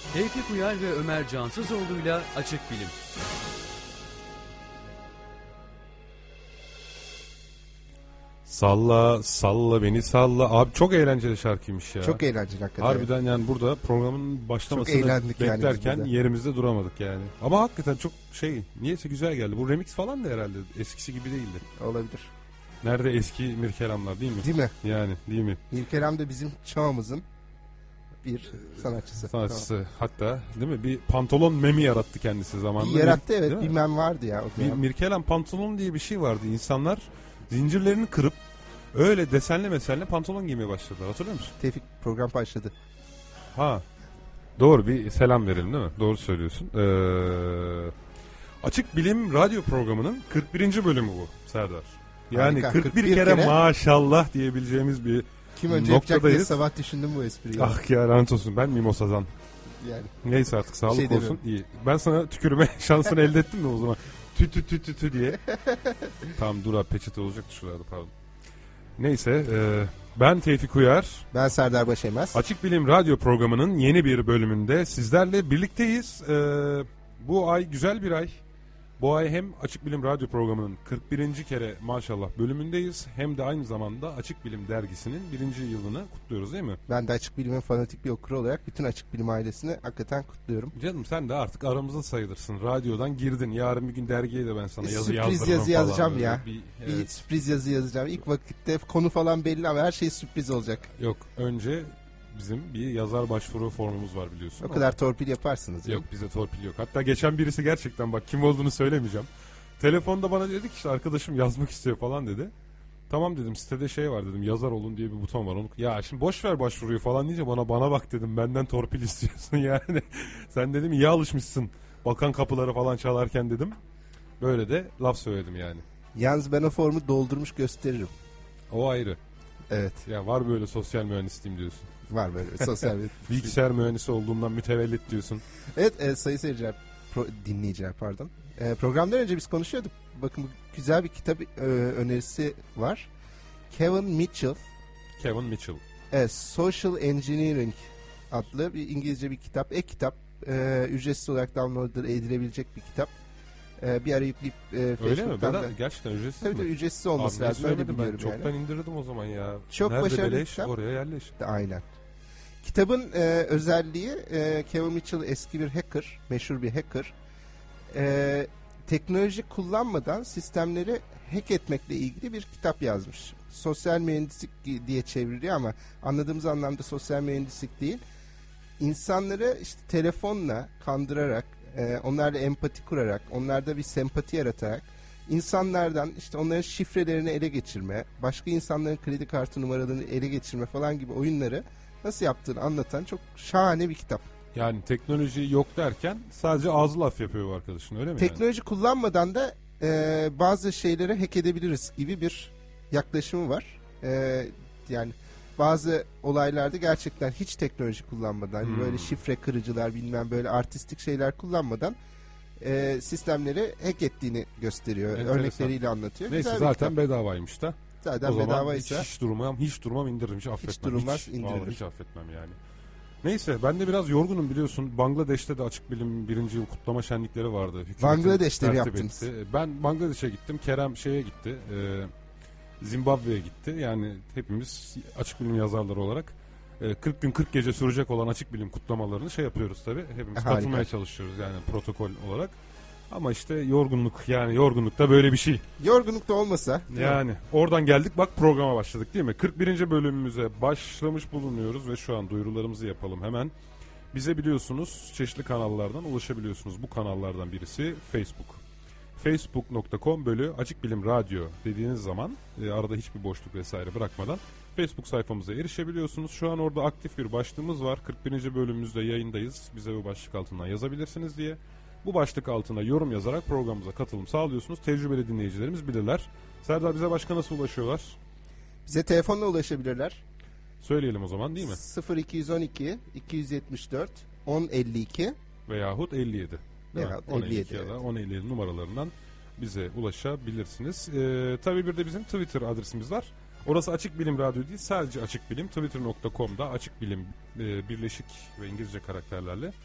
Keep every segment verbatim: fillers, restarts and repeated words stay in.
Tevfik Uyar ve Ömer Cansızoğlu'yla Açık Bilim. Salla salla beni salla. Abi çok eğlenceli şarkıymış ya. Çok eğlenceli hakikaten. Harbiden yani burada programın başlamasını beklerken yani yerimizde duramadık yani. Ama hakikaten çok şey, niyeyse güzel geldi. Bu remix falan da herhalde eskisi gibi değildi. Olabilir. Nerede eski Mirkelamlar, değil mi? Değil mi? Yani değil mi? Mirkelam da bizim çağımızın bir sanatçısı. Sanatçısı. Tamam. Hatta değil mi? Bir pantolon memi yarattı kendisi zamanında. Bir yarattı, evet. Bir mem vardı ya. O bir Mirkelam pantolon diye bir şey vardı. İnsanlar zincirlerini kırıp öyle desenli mesenli pantolon giymeye başladılar. Hatırlıyor musun? Tevfik, program başladı. Ha. Doğru, bir selam verelim değil mi? Doğru söylüyorsun. Ee, Açık Bilim radyo programının kırk birinci bölümü bu Serdar. Yani Harika. kırk bir, kırk bir kere, kere maşallah diyebileceğimiz bir Kim önce yapacak diye sabah düşündüm bu espriyi. Ah ya, lanet olsun, ben miyim o sazan? Yani. Neyse artık sağlık şey olsun. demiyorum. İyi. Ben sana tükürme şansını elde ettim mi o zaman? Tü tü tü tü tü diye. Tamam dur abi, peçete olacaktı şurada, pardon. Neyse e, ben Tevfik Uyar. Ben Serdar Başemez. Açık Bilim radyo programının yeni bir bölümünde sizlerle birlikteyiz. E, bu ay güzel bir ay. Bu ay hem Açık Bilim radyo programının kırk birinci kere maşallah bölümündeyiz. Hem de aynı zamanda Açık Bilim dergisinin birinci yılını kutluyoruz, değil mi? Ben de Açık Bilim'in fanatik bir okuru olarak bütün Açık Bilim ailesini hakikaten kutluyorum. Canım sen de artık aramızda sayılırsın. Radyodan girdin. Yarın bir gün dergiye de ben sana bir yazı yazdırırım. Sürpriz yazı yazacağım falan. ya. Bir, bir evet. sürpriz yazı yazacağım. İlk vakitte konu falan belli ama her şey sürpriz olacak. Yok, önce bizim bir yazar başvuru formumuz var biliyorsun. O kadar torpil yaparsınız. Yok, bize torpil yok. Hatta geçen birisi, gerçekten bak kim olduğunu söylemeyeceğim. Telefonda bana dedi ki işte arkadaşım yazmak istiyor falan dedi. Tamam dedim, sitede şey var dedim, yazar olun diye bir buton var. Onu, ya şimdi boş ver başvuruyu falan deyince bana bana bak dedim, benden torpil istiyorsun yani. Sen dedim iyi alışmışsın bakan kapıları falan çalarken dedim. Böyle de laf söyledim yani. Yalnız ben o formu doldurmuş gösteririm. O ayrı. Evet. Ya var böyle sosyal mühendisliğim diyorsun. Var böyle sosyal bilgisayar mühendisi olduğumdan mütevellit diyorsun. Evet, e, sayı seyirciler, pro, dinleyiciler pardon. E, programdan önce biz konuşuyorduk. Bakın güzel bir kitap e, önerisi var. Kevin Mitchell. Kevin Mitchell. Evet, Social Engineering adlı bir İngilizce bir kitap. E-kitap. E, ücretsiz olarak download edilebilecek bir kitap. E, bir ara yükleyip e, Facebook'tan öyle mi? Gerçekten ücretsiz tabii mi? Tabii ücretsiz olması Abi, lazım. Öyle biliyorum ben çoktan yani. indirdim o zaman ya. Çok nerede başarılı beleş, kitap. oraya yerleş. Aynen. Kitabın e, özelliği e, Kevin Mitchell eski bir hacker, meşhur bir hacker. E, teknoloji kullanmadan sistemleri hack etmekle ilgili bir kitap yazmış. Sosyal mühendislik diye çevriliyor ama anladığımız anlamda sosyal mühendislik değil. İnsanları işte telefonla kandırarak, e, onlarla empati kurarak, onlarda bir sempati yaratarak, insanlardan işte onların şifrelerini ele geçirme, başka insanların kredi kartı numaralarını ele geçirme falan gibi oyunları nasıl yaptığını anlatan çok şahane bir kitap. Yani teknoloji yok derken sadece ağzı laf yapıyor bu arkadaşın, öyle mi? Teknoloji yani? kullanmadan da e, bazı şeyleri hack edebiliriz gibi bir yaklaşımı var. E, yani bazı olaylarda gerçekten hiç teknoloji kullanmadan, hmm. böyle şifre kırıcılar bilmem böyle artistik şeyler kullanmadan e, sistemleri hack ettiğini gösteriyor. Enteresan. Örnekleriyle anlatıyor. Neyse güzel zaten bedavaymış da. Zaten o bedavaysa. Zaman hiç, hiç durmam, hiç durmam indiririm, hiç affetmem. Hiç durmaz hiç, indiririm. Hiç affetmem yani. Neyse ben de biraz yorgunum biliyorsun. Bangladeş'te de Açık Bilim birinci yıl kutlama şenlikleri vardı. Hükümetin Bangladeş'te mi yaptınız? Etti. Ben Bangladeş'e gittim. Kerem şeye gitti. E, Zimbabwe'ye gitti. Yani hepimiz Açık Bilim yazarları olarak e, kırk gün kırk gece sürecek olan Açık Bilim kutlamalarını şey yapıyoruz tabii. Hepimiz Harika. katılmaya çalışıyoruz yani protokol olarak. Ama işte yorgunluk, yani yorgunluk da böyle bir şey. Yorgunluk da olmasa. Yani oradan geldik bak programa başladık değil mi? kırk birinci bölümümüze başlamış bulunuyoruz ve şu an duyurularımızı yapalım hemen. Bize biliyorsunuz çeşitli kanallardan ulaşabiliyorsunuz. Bu kanallardan birisi Facebook. facebook nokta com bölü Açık Bilim Radyo dediğiniz zaman e, arada hiçbir boşluk vesaire bırakmadan Facebook sayfamıza erişebiliyorsunuz. Şu an orada aktif bir başlığımız var. kırk birinci bölümümüzde yayındayız. Bize bu başlık altından yazabilirsiniz diye. Bu başlık altına yorum yazarak programımıza katılım sağlıyorsunuz. Tecrübeli dinleyicilerimiz bilirler. Serdar, bize başka nasıl ulaşıyorlar? Bize telefonla ulaşabilirler. Söyleyelim o zaman değil mi? sıfır iki on iki iki yetmiş dört on elli iki veyahut elli yedi. Veyahut on elli yedi ya da evet. on elli yedi numaralarından bize ulaşabilirsiniz. Ee, tabii bir de bizim Twitter adresimiz var. Orası Açık Bilim Radyo değil, sadece Açık Bilim. twitter nokta com'da Açık Bilim e, birleşik ve İngilizce karakterlerle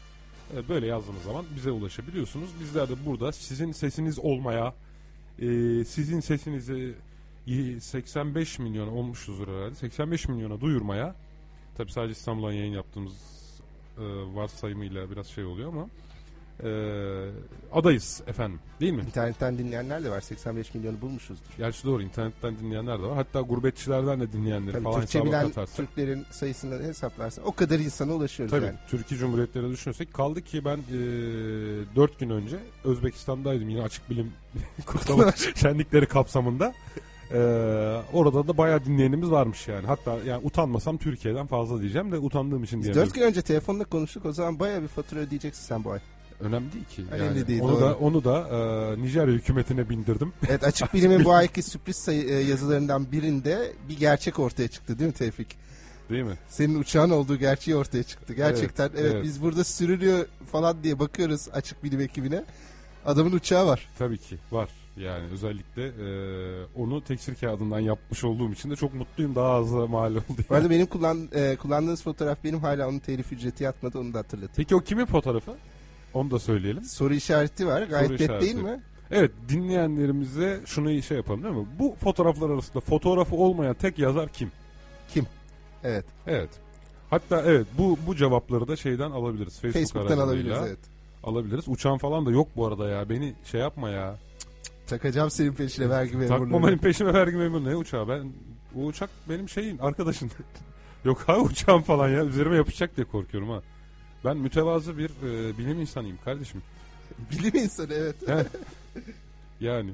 E, böyle yazdığınız zaman bize ulaşabiliyorsunuz. Bizler de burada sizin sesiniz olmaya, e, sizin sesinizi seksen beş milyon olmuşuzdur herhalde. seksen beş milyona duyurmaya, tabii sadece İstanbul'dan yayın yaptığımız e, varsayımıyla biraz şey oluyor ama e, adayız efendim, değil mi? İnternetten dinleyenler de var. seksen beş milyonu bulmuşuzdur. Gerçi doğru, internetten dinleyenler de var. Hatta gurbetçilerden de dinleyenleri Tabii falan Türkçe hesaba bilen katarsak. Türklerin sayısını hesaplarsan o kadar insana ulaşıyoruz Tabii yani. Türkiye Cumhuriyetleri düşünürsek, kaldı ki ben e, dört gün önce Özbekistan'daydım yine açık bilim kutlama şenlikleri kapsamında. E, orada da bayağı dinleyenimiz varmış yani. Hatta yani utanmasam Türkiye'den fazla diyeceğim de utandığım için Biz diyemiyorum. dört gün önce telefonla konuştuk, o zaman bayağı bir fatura ödeyeceksin sen bu ay. Önemli değil ki. Önemli Yani değil, onu doğru. da onu da e, Nijerya hükümetine bindirdim. Evet, Açık Bilim'in bu ayki sürpriz sayı, e, yazılarından birinde bir gerçek ortaya çıktı değil mi Tevfik? Değil mi? Senin uçağın olduğu gerçeği ortaya çıktı. Gerçekten evet, Evet, evet evet. biz burada sürülüyor falan diye bakıyoruz Açık Bilim ekibine. Adamın uçağı var. Tabii ki var. Yani özellikle e, onu tekstil kağıdından yapmış olduğum için de çok mutluyum. Daha az da mal oldu. Bu arada benim kullan, e, kullandığınız fotoğraf benim, hala onun telif ücreti yatmadı, onu da hatırlatayım. Peki o kimin fotoğrafı? Onu da söyleyelim. Soru işareti var, gayet Soru net işareti. değil mi? Evet, dinleyenlerimize şunu şey yapalım değil mi? Bu fotoğraflar arasında fotoğrafı olmayan tek yazar kim? Kim? Evet. Evet. Hatta evet, bu bu cevapları da şeyden alabiliriz. Facebook Facebook'tan aracılığıyla alabiliriz, evet. alabiliriz. Uçağın falan da yok bu arada ya. Beni şey yapma ya. Takacağım senin peşine vergi memurluğunu. Takmamanın peşime vergi memuru ne uçağı? Ben o uçak benim şeyin arkadaşın. Yok ha uçağım falan ya. Üzerime yapışacak diye korkuyorum ha. Ben mütevazı bir e, bilim insanıyım kardeşim. Bilim insanı, evet. He. Yani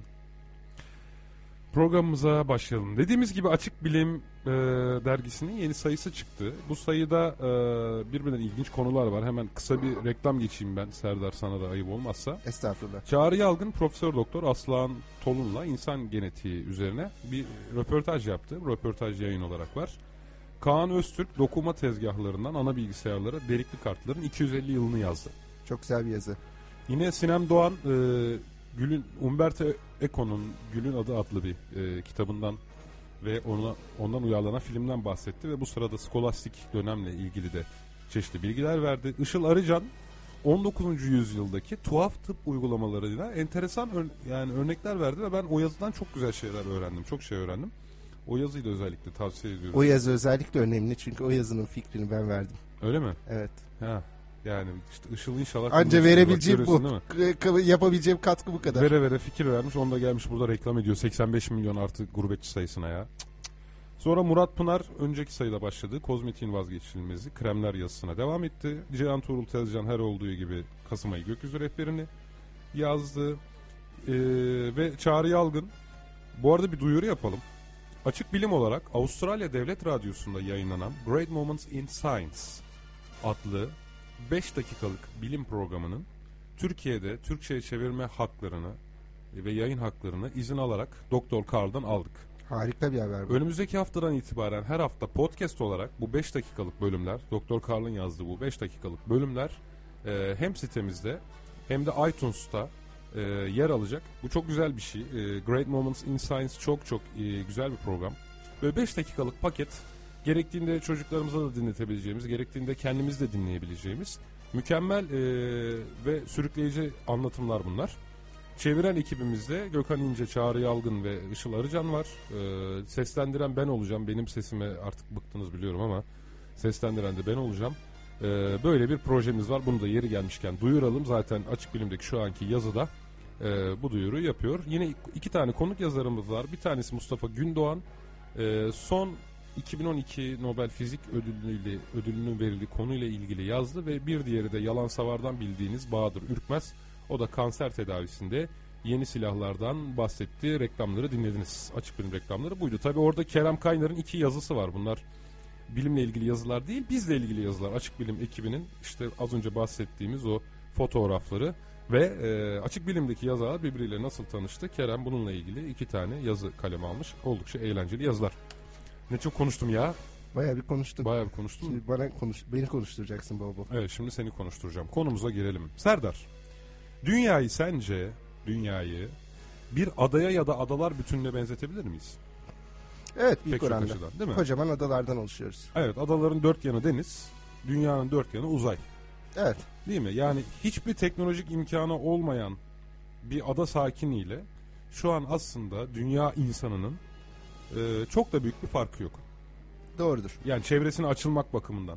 programımıza başlayalım. Dediğimiz gibi Açık Bilim e, dergisinin yeni sayısı çıktı. Bu sayıda e, birbirinden ilginç konular var. Hemen kısa bir reklam geçeyim ben, Serdar, sana da ayıp olmazsa. Estağfurullah. Çağrı Yalgın Profesör Doktor Aslan Tolun'la insan genetiği üzerine bir röportaj yaptı. Röportaj yayın olarak var. Kaan Öztürk dokuma tezgahlarından ana bilgisayarlara delikli kartların iki yüz elli yılını yazdı. Çok güzel bir yazı. Yine Sinem Doğan e, Gül'ün, Umberto Eco'nun Gül'ün Adı adlı bir e, kitabından ve ona, ondan uyarlanan filmden bahsetti ve bu sırada skolastik dönemle ilgili de çeşitli bilgiler verdi. Işıl Arıcan on dokuzuncu yüzyıldaki tuhaf tıp uygulamalarıyla enteresan ör- yani örnekler verdi ve ben o yazıdan çok güzel şeyler öğrendim. Çok şey öğrendim. O yazıyı da özellikle tavsiye ediyorum. O yazı özellikle önemli çünkü o yazının fikrini ben verdim. Öyle mi? Evet. Ha. Yani işte Işıl inşallah... Anca verebileceğim bu. Değil mi? K- yapabileceğim katkı bu kadar. Vere vere fikir vermiş. Onu da gelmiş burada reklam ediyor. seksen beş milyon artı gurbetçi sayısına ya. Sonra Murat Pınar önceki sayıda başladı. Kozmetiğin vazgeçilmezi kremler yazısına devam etti. Cihan Tuğrul Tezcan her olduğu gibi Kasım ayı gökyüzü rehberini yazdı. Ee, ve Çağrı Yalgın. Bu arada bir duyuru yapalım. Açık Bilim olarak Avustralya Devlet Radyosu'nda yayınlanan Great Moments in Science adlı beş dakikalık bilim programının Türkiye'de Türkçe'ye çevirme haklarını ve yayın haklarını izin alarak Doktor Karl'dan aldık. Harika bir haber bu. Önümüzdeki haftadan itibaren her hafta podcast olarak bu beş dakikalık bölümler, Doktor Karl'ın yazdığı bu beş dakikalık bölümler e, hem sitemizde hem de iTunes'ta e, yer alacak. Bu çok güzel bir şey. E, Great Moments in Science çok çok e, güzel bir program. Böyle beş dakikalık paket, gerektiğinde çocuklarımıza da dinletebileceğimiz, gerektiğinde kendimiz de dinleyebileceğimiz mükemmel e, ve sürükleyici anlatımlar bunlar. Çeviren ekibimizde Gökhan İnce, Çağrı Yalgın ve Işıl Arıcan var. E, seslendiren ben olacağım. Benim sesime artık bıktınız biliyorum ama seslendiren de ben olacağım. E, böyle bir projemiz var. Bunu da yeri gelmişken duyuralım. Zaten Açık Bilim'deki şu anki yazıda e, bu duyuruyu yapıyor. Yine iki tane konuk yazarımız var. Bir tanesi Mustafa Gündoğan. E, son iki bin on iki Nobel Fizik Ödülü'yle ödülünün verildiği konuyla ilgili yazdı ve bir diğeri de Yalan Savar'dan bildiğiniz Bahadır Ürkmez. O da kanser tedavisinde yeni silahlardan bahsetti. Reklamları dinlediniz. Açık Bilim reklamları buydu. Tabii orada Kerem Kaynar'ın iki yazısı var. Bunlar bilimle ilgili yazılar değil, bizle ilgili yazılar. Açık Bilim ekibinin işte az önce bahsettiğimiz o fotoğrafları ve e, Açık Bilim'deki yazarlar birbiriyle nasıl tanıştı? Kerem bununla ilgili iki tane yazı kaleme almış. Oldukça eğlenceli yazılar. Ne çok konuştum ya. Bayağı bir konuştuk. Bayağı bir konuştum. Şimdi bana konuş, beni konuşturacaksın baba baba. Evet, şimdi seni konuşturacağım. Konumuza girelim. Serdar, dünyayı sence, dünyayı bir adaya ya da adalar bütününe benzetebilir miyiz? Evet, büyük Pek çok oranda. açıdan, değil mi? Kocaman adalardan oluşuyoruz. Evet, adaların dört yanı deniz, dünyanın dört yanı uzay. Evet. Değil mi? Yani hiçbir teknolojik imkanı olmayan bir ada sakiniyle şu an aslında dünya insanının e, çok da büyük bir farkı yok. Doğrudur. Yani çevresine açılmak bakımından.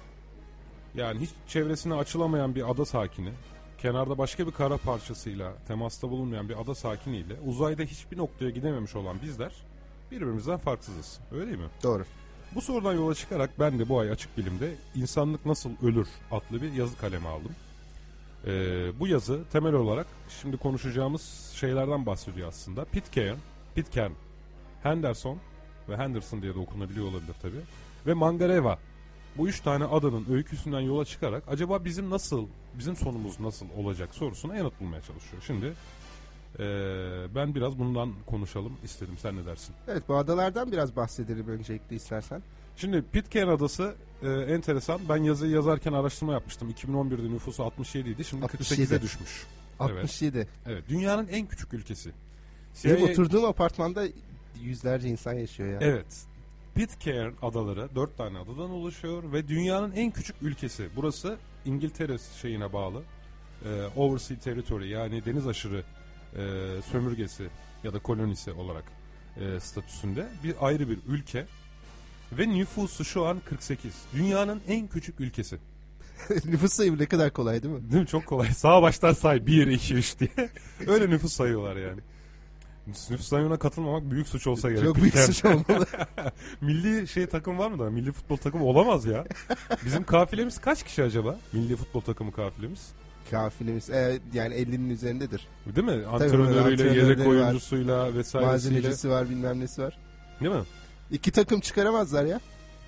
Yani hiç çevresine açılamayan bir ada sakini, kenarda başka bir kara parçasıyla temasta bulunmayan bir ada sakiniyle uzayda hiçbir noktaya gidememiş olan bizler birbirimizden farksızız. Öyle değil mi? Doğru. Bu sorudan yola çıkarak ben de bu ay Açık Bilim'de İnsanlık Nasıl Ölür adlı bir yazı kaleme aldım. Ee, bu yazı temel olarak şimdi konuşacağımız şeylerden bahsediyor aslında. Pitcairn, Pitcairn, Henderson ve Henderson diye de okunabiliyor olabilir tabii. Ve Mangareva. Bu üç tane adanın öyküsünden yola çıkarak acaba bizim nasıl, bizim sonumuz nasıl olacak sorusuna yanıt bulmaya çalışıyor. Şimdi ee, ben biraz bundan konuşalım istedim. Sen ne dersin? Evet, bu adalardan biraz bahsedelim öncelikle istersen. Şimdi Pitcairn Adası e, enteresan. Ben yazıyı yazarken araştırma yapmıştım. iki bin on birde nüfusu altmış yedi idi. Şimdi altmış kırk sekize yedi. düşmüş. altmış yedi. Evet. Evet. Dünyanın en küçük ülkesi. Benim C I A oturduğum apartmanda yüzlerce insan yaşıyor ya. Evet. Pitcairn adaları dört tane adadan oluşuyor ve dünyanın en küçük ülkesi. Burası İngiltere şeyine bağlı. E, Oversea Territory, yani deniz aşırı e, sömürgesi ya da kolonisi olarak e, statüsünde bir ayrı bir ülke. Ve nüfusu şu an kırk sekiz. Dünyanın en küçük ülkesi. Nüfus sayımı ne kadar kolay değil mi? Değil mi? Çok kolay. Sağa baştan say. bir, iki, üç diye. Öyle nüfus sayıyorlar yani. Nüfus sayımına katılmamak büyük suç olsa gerek. Çok büyük suç olmalı. Milli şey takım var mı da? Milli futbol takımı olamaz ya. Bizim kafilemiz kaç kişi acaba? Milli futbol takımı kafilemiz. Kafilemiz e, yani ellinin üzerindedir. Değil mi? Antrenörüyle, yedek oyuncusuyla vesairesiyle. Malzemecisi var, bilmem nesi var. Değil mi? İki takım çıkaramazlar ya.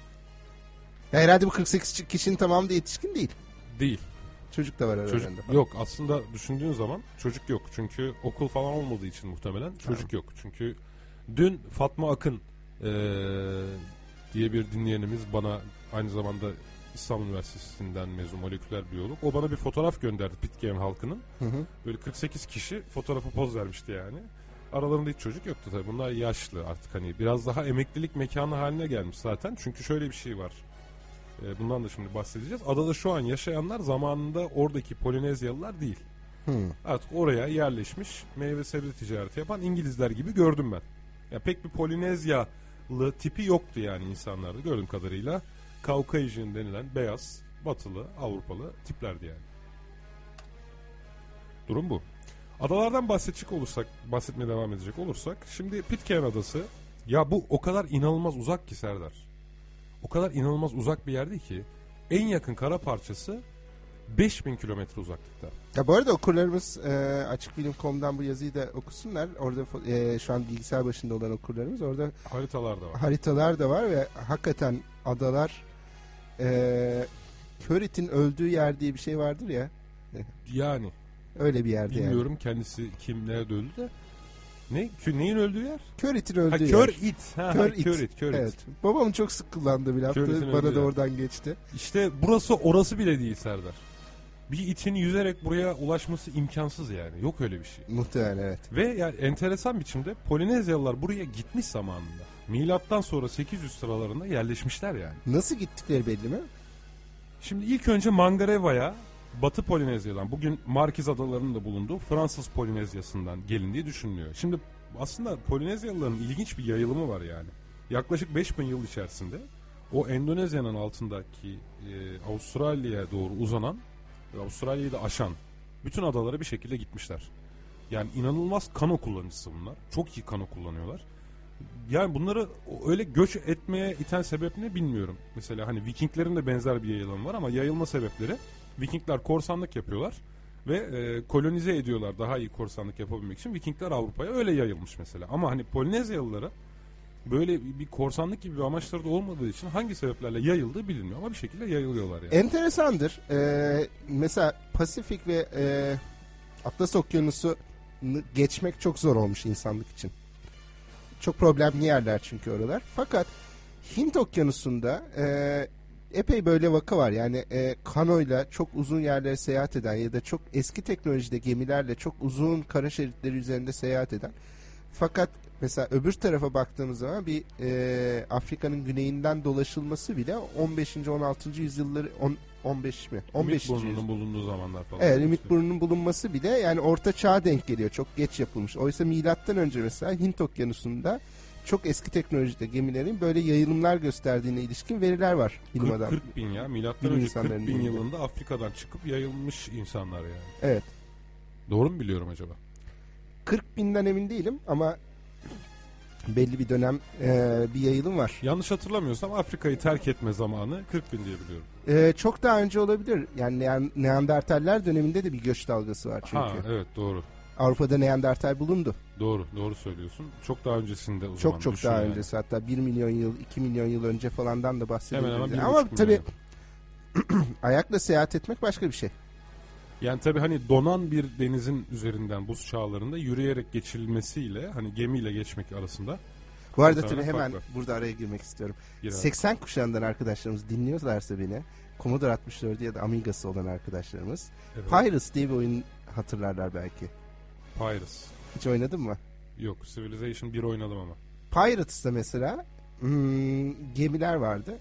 Ya herhalde bu kırk sekiz kişinin tamamı da yetişkin değil. Değil. Çocuk da var aralarında. Çocuk yok. Aslında düşündüğün zaman çocuk yok. Çünkü okul falan olmadığı için muhtemelen çocuk Tamam. yok. Çünkü dün Fatma Akın ee, diye bir dinleyenimiz bana, aynı zamanda İstanbul Üniversitesi'nden mezun moleküler biyolog. O bana bir fotoğraf gönderdi Pitcairn halkının. Hı hı. Böyle kırk sekiz kişi fotoğrafı poz vermişti yani. Aralarında hiç çocuk yoktu tabii. Bunlar yaşlı artık, hani biraz daha emeklilik mekanı haline gelmiş zaten. Çünkü şöyle bir şey var. Bundan da şimdi bahsedeceğiz. Adada şu an yaşayanlar zamanında oradaki Polinezyalılar değil. Hı. Artık oraya yerleşmiş, meyve sebze ticareti yapan İngilizler gibi gördüm ben. Ya pek bir Polinezyalı tipi yoktu yani insanlarda gördüğüm kadarıyla. Caucasian denilen beyaz, batılı, Avrupalı tiplerdi yani. Durum bu. Adalardan bahsedecek olursak, bahsetmeye devam edecek olursak, şimdi Pitcairn Adası, ya bu o kadar inanılmaz uzak ki Serdar. O kadar inanılmaz uzak bir yerde ki en yakın kara parçası beş bin kilometre uzaklıkta. Ya bu arada okurlarımız e, açıkbilim nokta com'dan bu yazıyı da okusunlar. Orada e, şu an bilgisayar başında olan okurlarımız, orada haritalar da var. Haritalar da var ve hakikaten adalar, e, Körit'in öldüğü yer diye bir şey vardır ya. Yani. Öyle bir yerde bilmiyorum yani. kendisi kim, nerede öldü de. Ne? Neyin öldüğü yer? Körit'in öldüğü ha, yer. Kör it. Ha, Kör ha, it. Kör it. Kör evet. it. Babam çok sık kullandığı bir laftı. Körit'in Bana da öldüğü oradan geçti. İşte burası orası bile değil Serdar. Bir itin yüzerek buraya ulaşması imkansız yani. Yok öyle bir şey. Muhtemelen evet. Ve yani enteresan biçimde Polinezyalılar buraya gitmiş zamanında. Milattan sonra sekiz yüz sıralarında yerleşmişler yani. Nasıl gittikleri belli mi? Şimdi ilk önce Mangareva'ya Batı Polinezya'dan, bugün Markiz Adaları'nın da bulunduğu Fransız Polinezya'sından gelindiği düşünülüyor. Şimdi aslında Polinezyalıların ilginç bir yayılımı var yani. Yaklaşık beş bin yıl içerisinde o Endonezya'nın altındaki e, Avustralya'ya doğru uzanan ve Avustralya'yı da aşan bütün adalara bir şekilde gitmişler. Yani inanılmaz kano kullanıcısı bunlar. Çok iyi kano kullanıyorlar. Yani bunları öyle göç etmeye iten sebep ne bilmiyorum. Mesela hani Vikinglerin de benzer bir yayılımı var ama yayılma sebepleri, Vikingler korsanlık yapıyorlar ve e, kolonize ediyorlar daha iyi korsanlık yapabilmek için. Vikingler Avrupa'ya öyle yayılmış mesela. Ama hani Polinezyalılara böyle bir korsanlık gibi bir amaçları da olmadığı için hangi sebeplerle yayıldığı bilinmiyor ama bir şekilde yayılıyorlar yani. Enteresandır. Ee, mesela Pasifik ve e, Atlas Okyanusu geçmek çok zor olmuş insanlık için. Çok problemli yerler çünkü oralar. Fakat Hint Okyanusu'nda e, epey böyle vaka var. Yani e, kanoyla çok uzun yerlere seyahat eden ya da çok eski teknolojide gemilerle çok uzun kara şeritleri üzerinde seyahat eden. Fakat mesela öbür tarafa baktığımız zaman bir e, Afrika'nın güneyinden dolaşılması bile on beşinci on altıncı yüzyılları on, on beş mi? on beş. Ümit burnunun bulunduğu zamanlar falan. Evet, Ümit burnunun bulunması bile yani orta çağa denk geliyor. Çok geç yapılmış. Oysa milattan önce mesela Hint Okyanusu'nda çok eski teknolojide gemilerin böyle yayılımlar gösterdiğine ilişkin veriler var bilim adamı. kırk bin ya. Milattan Bilim önce kırk bin insanlarının yılında Afrika'dan çıkıp yayılmış insanlar yani. Evet. Doğru mu biliyorum acaba? kırk binden emin değilim ama belli bir dönem e, bir yayılım var. Yanlış hatırlamıyorsam Afrika'yı terk etme zamanı kırk bin diye biliyorum. E, çok daha önce olabilir. Yani Nean- Neandertaller döneminde de bir göç dalgası var çünkü. Ha evet doğru. Avrupa'da Neandertal bulundu. Doğru doğru söylüyorsun. Çok daha öncesinde o Çok zaman. çok düşün daha yani. öncesi, hatta bir milyon yıl, iki milyon yıl önce falandan da bahsedebiliriz. Hemen hemen bir Ama buçuk tabii milyon. ayakla seyahat etmek başka bir şey. Yani tabii hani donan bir denizin üzerinden buz çağlarında yürüyerek geçilmesiyle hani gemiyle geçmek arasında. Bu arada Muhtemelen tabii hemen fark var. burada araya girmek istiyorum. Gir abi. seksen kuşağından arkadaşlarımız dinliyorlarsa beni, Commodore altmış dört ya da Amiga'sı olan arkadaşlarımız, Evet. Pirates diye bir oyun hatırlarlar belki. Pirates. Hiç oynadın mı? Yok, Civilization bir oynadım ama. Pirates'ta mesela hmm, gemiler vardı.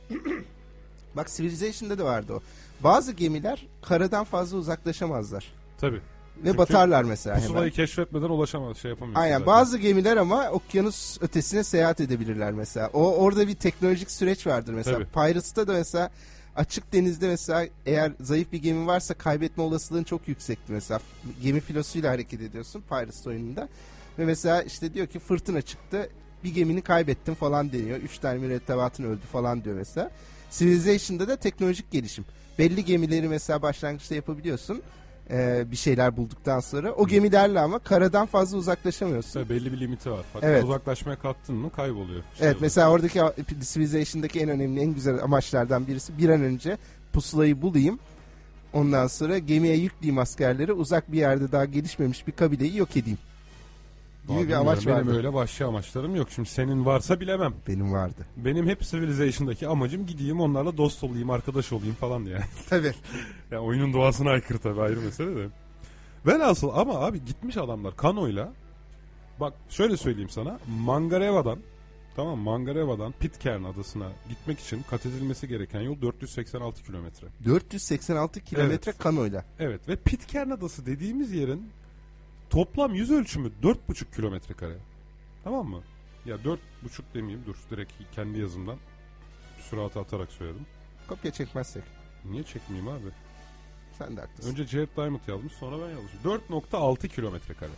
Bak, Civilization'da da vardı o. Bazı gemiler karadan fazla uzaklaşamazlar. Tabii. Ve Çünkü batarlar mesela hemen. Pusulayı keşfetmeden ulaşamaz, şey yapamıyorsun. Aynen, zaten. bazı gemiler ama okyanus ötesine seyahat edebilirler mesela. O orada bir teknolojik süreç vardır mesela. Tabii. Pirates'ta da mesela açık denizde mesela eğer zayıf bir gemi varsa kaybetme olasılığın çok yüksekti mesela. Gemi filosuyla hareket ediyorsun Pirates oyununda. Ve mesela işte diyor ki fırtına çıktı, bir gemini kaybettim falan deniyor. Üç tane mürettebatın öldü falan diyor mesela. Civilization'da da teknolojik gelişim. Belli gemileri mesela başlangıçta yapabiliyorsun. Ee, bir şeyler bulduktan sonra. O gemilerle ama karadan fazla uzaklaşamıyorsun. Tabii belli bir limiti var. Hatta Evet. uzaklaşmaya kalktın mı kayboluyor. Şey Evet, oluyor. mesela oradaki Civilization'daki en önemli, en güzel amaçlardan birisi bir an önce pusulayı bulayım. Ondan sonra gemiye yükleyeyim askerleri, uzak bir yerde daha gelişmemiş bir kabileyi yok edeyim gibi Vallahi bir amaç bilmiyorum, vardı. benim öyle başka amaçlarım yok. Şimdi senin varsa bilemem. Benim vardı. Benim hep Civilization'daki amacım gideyim onlarla dost olayım, arkadaş olayım falan diye. Tabii. Ya oyunun doğasına aykırı tabii, ayrı mesele de. Velhasıl ama abi gitmiş adamlar kanoyla. Bak şöyle söyleyeyim sana. Mangareva'dan, tamam mı? Mangareva'dan Pitcairn adasına gitmek için kat edilmesi gereken yol dört yüz seksen altı kilometre. dört yüz seksen altı kilometre Evet. kanoyla. Evet ve Pitcairn adası dediğimiz yerin toplam yüz ölçümü dört buçuk kilometre kare. Tamam mı? Ya dört buçuk demeyeyim, dur direkt kendi yazımdan süratı atarak söyledim. Kopya çekmezsek. Niye çekmeyeyim abi? Sen de haklısın. Önce Jared Diamond yazmış, sonra ben yazmışım. dört nokta altı kilometre kare.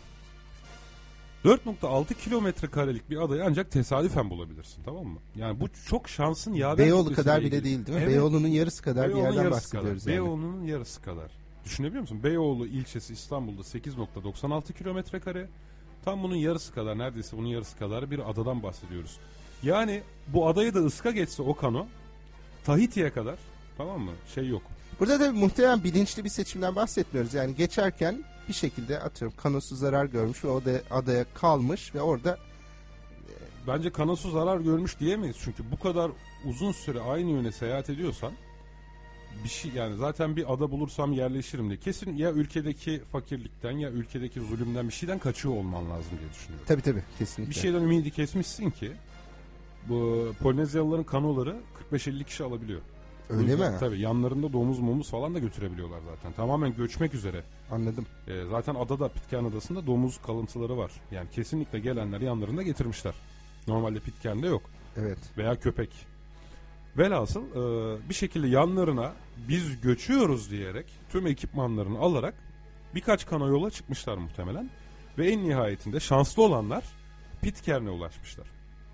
dört nokta altı kilometre karelik bir adayı ancak tesadüfen bulabilirsin, tamam mı? Yani bu çok şansın yaver Beyoğlu gitmesiyle kadar bile ilgili. değil değil mi? Evet. Beyoğlu'nun yarısı kadar Beyoğlu'nun bir yerden yarısı bahsediyoruz kadar. yani. Beyoğlu'nun yarısı kadar. Düşünebiliyor musun? Beyoğlu ilçesi İstanbul'da sekiz nokta doksan altı kilometre kare. Tam bunun yarısı kadar, neredeyse bunun yarısı kadar bir adadan bahsediyoruz. Yani bu adayı da ıska geçse o kano Tahiti'ye kadar, tamam mı? Şey yok. Burada da muhtemelen bilinçli bir seçimden bahsetmiyoruz. Yani geçerken bir şekilde atıyorum kanosu zarar görmüş ve o da adaya kalmış ve orada Bence kanosu zarar görmüş diyemeyiz. Çünkü bu kadar uzun süre aynı yöne seyahat ediyorsan bir şey, yani zaten bir ada bulursam yerleşirim diye. Kesin ya ülkedeki fakirlikten ya ülkedeki zulümden bir şeyden kaçıyor olman lazım diye düşünüyorum. tabii tabii kesinlikle. Bir şeyden ümidi kesmişsin ki bu Polinezyalıların kanoları kırk beş elli kişi alabiliyor. Öyle mi? Tabii yanlarında domuz mumuz falan da götürebiliyorlar zaten. Tamamen göçmek üzere. Anladım. Ee, zaten adada, Pitcairn adasında domuz kalıntıları var. Yani kesinlikle gelenler yanlarında getirmişler. Normalde Pitcairn'de yok. Evet. Veya köpek. Velhasıl e, bir şekilde yanlarına biz göçüyoruz diyerek tüm ekipmanlarını alarak birkaç kano yola çıkmışlar muhtemelen. Ve en nihayetinde şanslı olanlar Pitcairn'e ulaşmışlar.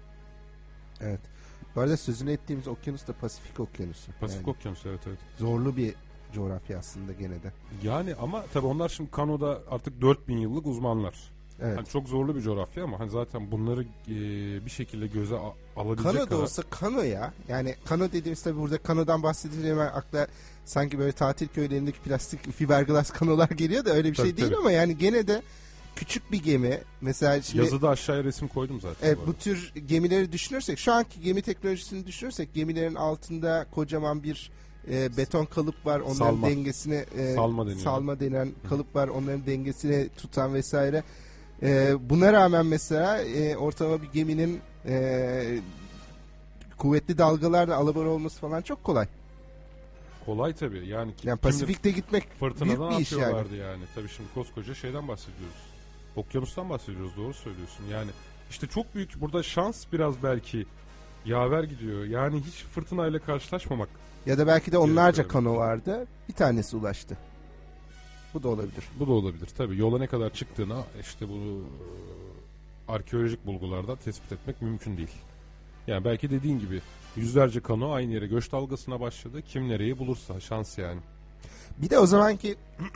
Evet. Bu arada sözünü ettiğimiz okyanus da Pasifik Okyanusu. Pasifik Yani Okyanusu, evet evet. zorlu bir coğrafya aslında gene de. Yani ama tabii onlar şimdi kanoda artık dört bin yıllık uzmanlar. Evet. Hani çok zorlu bir coğrafya ama hani zaten bunları e, bir şekilde göze a- alabilecek Kano da kadar. olsa kano ya. Yani kano dediğimiz tabii burada kanodan bahsedince hemen akla sanki böyle tatil köylerindeki plastik fiberglass kanolar geliyor da öyle bir Tabii, şey değil tabii. ama yani gene de küçük bir gemi. Mesela şimdi Yazıda aşağıya resim koydum zaten. evet, bu bu arada. tür gemileri düşünürsek, şu anki gemi teknolojisini düşünürsek gemilerin altında kocaman bir e, beton kalıp var. Onların Salma. dengesini e, Salma deniyor. salma denen kalıp var. Onların dengesini tutan vesaire. E, buna rağmen mesela e, ortalama bir geminin e, kuvvetli dalgalarla alabora olması falan çok kolay. kolay tabii. Yani, ki- Yani kimle Pasifik'te gitmek büyük fırtınadan bir iş yani. atıyorlardı yani. Tabii şimdi koskoca şeyden bahsediyoruz. Okyanustan bahsediyoruz, doğru söylüyorsun. Yani işte çok büyük burada şans biraz belki yaver gidiyor. Yani hiç fırtınayla karşılaşmamak. Ya da belki de onlarca Gerekiyor. kano vardı. Bir tanesi ulaştı. Bu da olabilir. Bu da olabilir tabii. Yola ne kadar çıktığına işte bu e, arkeolojik bulgulardan tespit etmek mümkün değil. Yani belki dediğin gibi yüzlerce kano aynı yere göç dalgasına başladı. Kim nereyi bulursa şans yani. Bir de o zamanki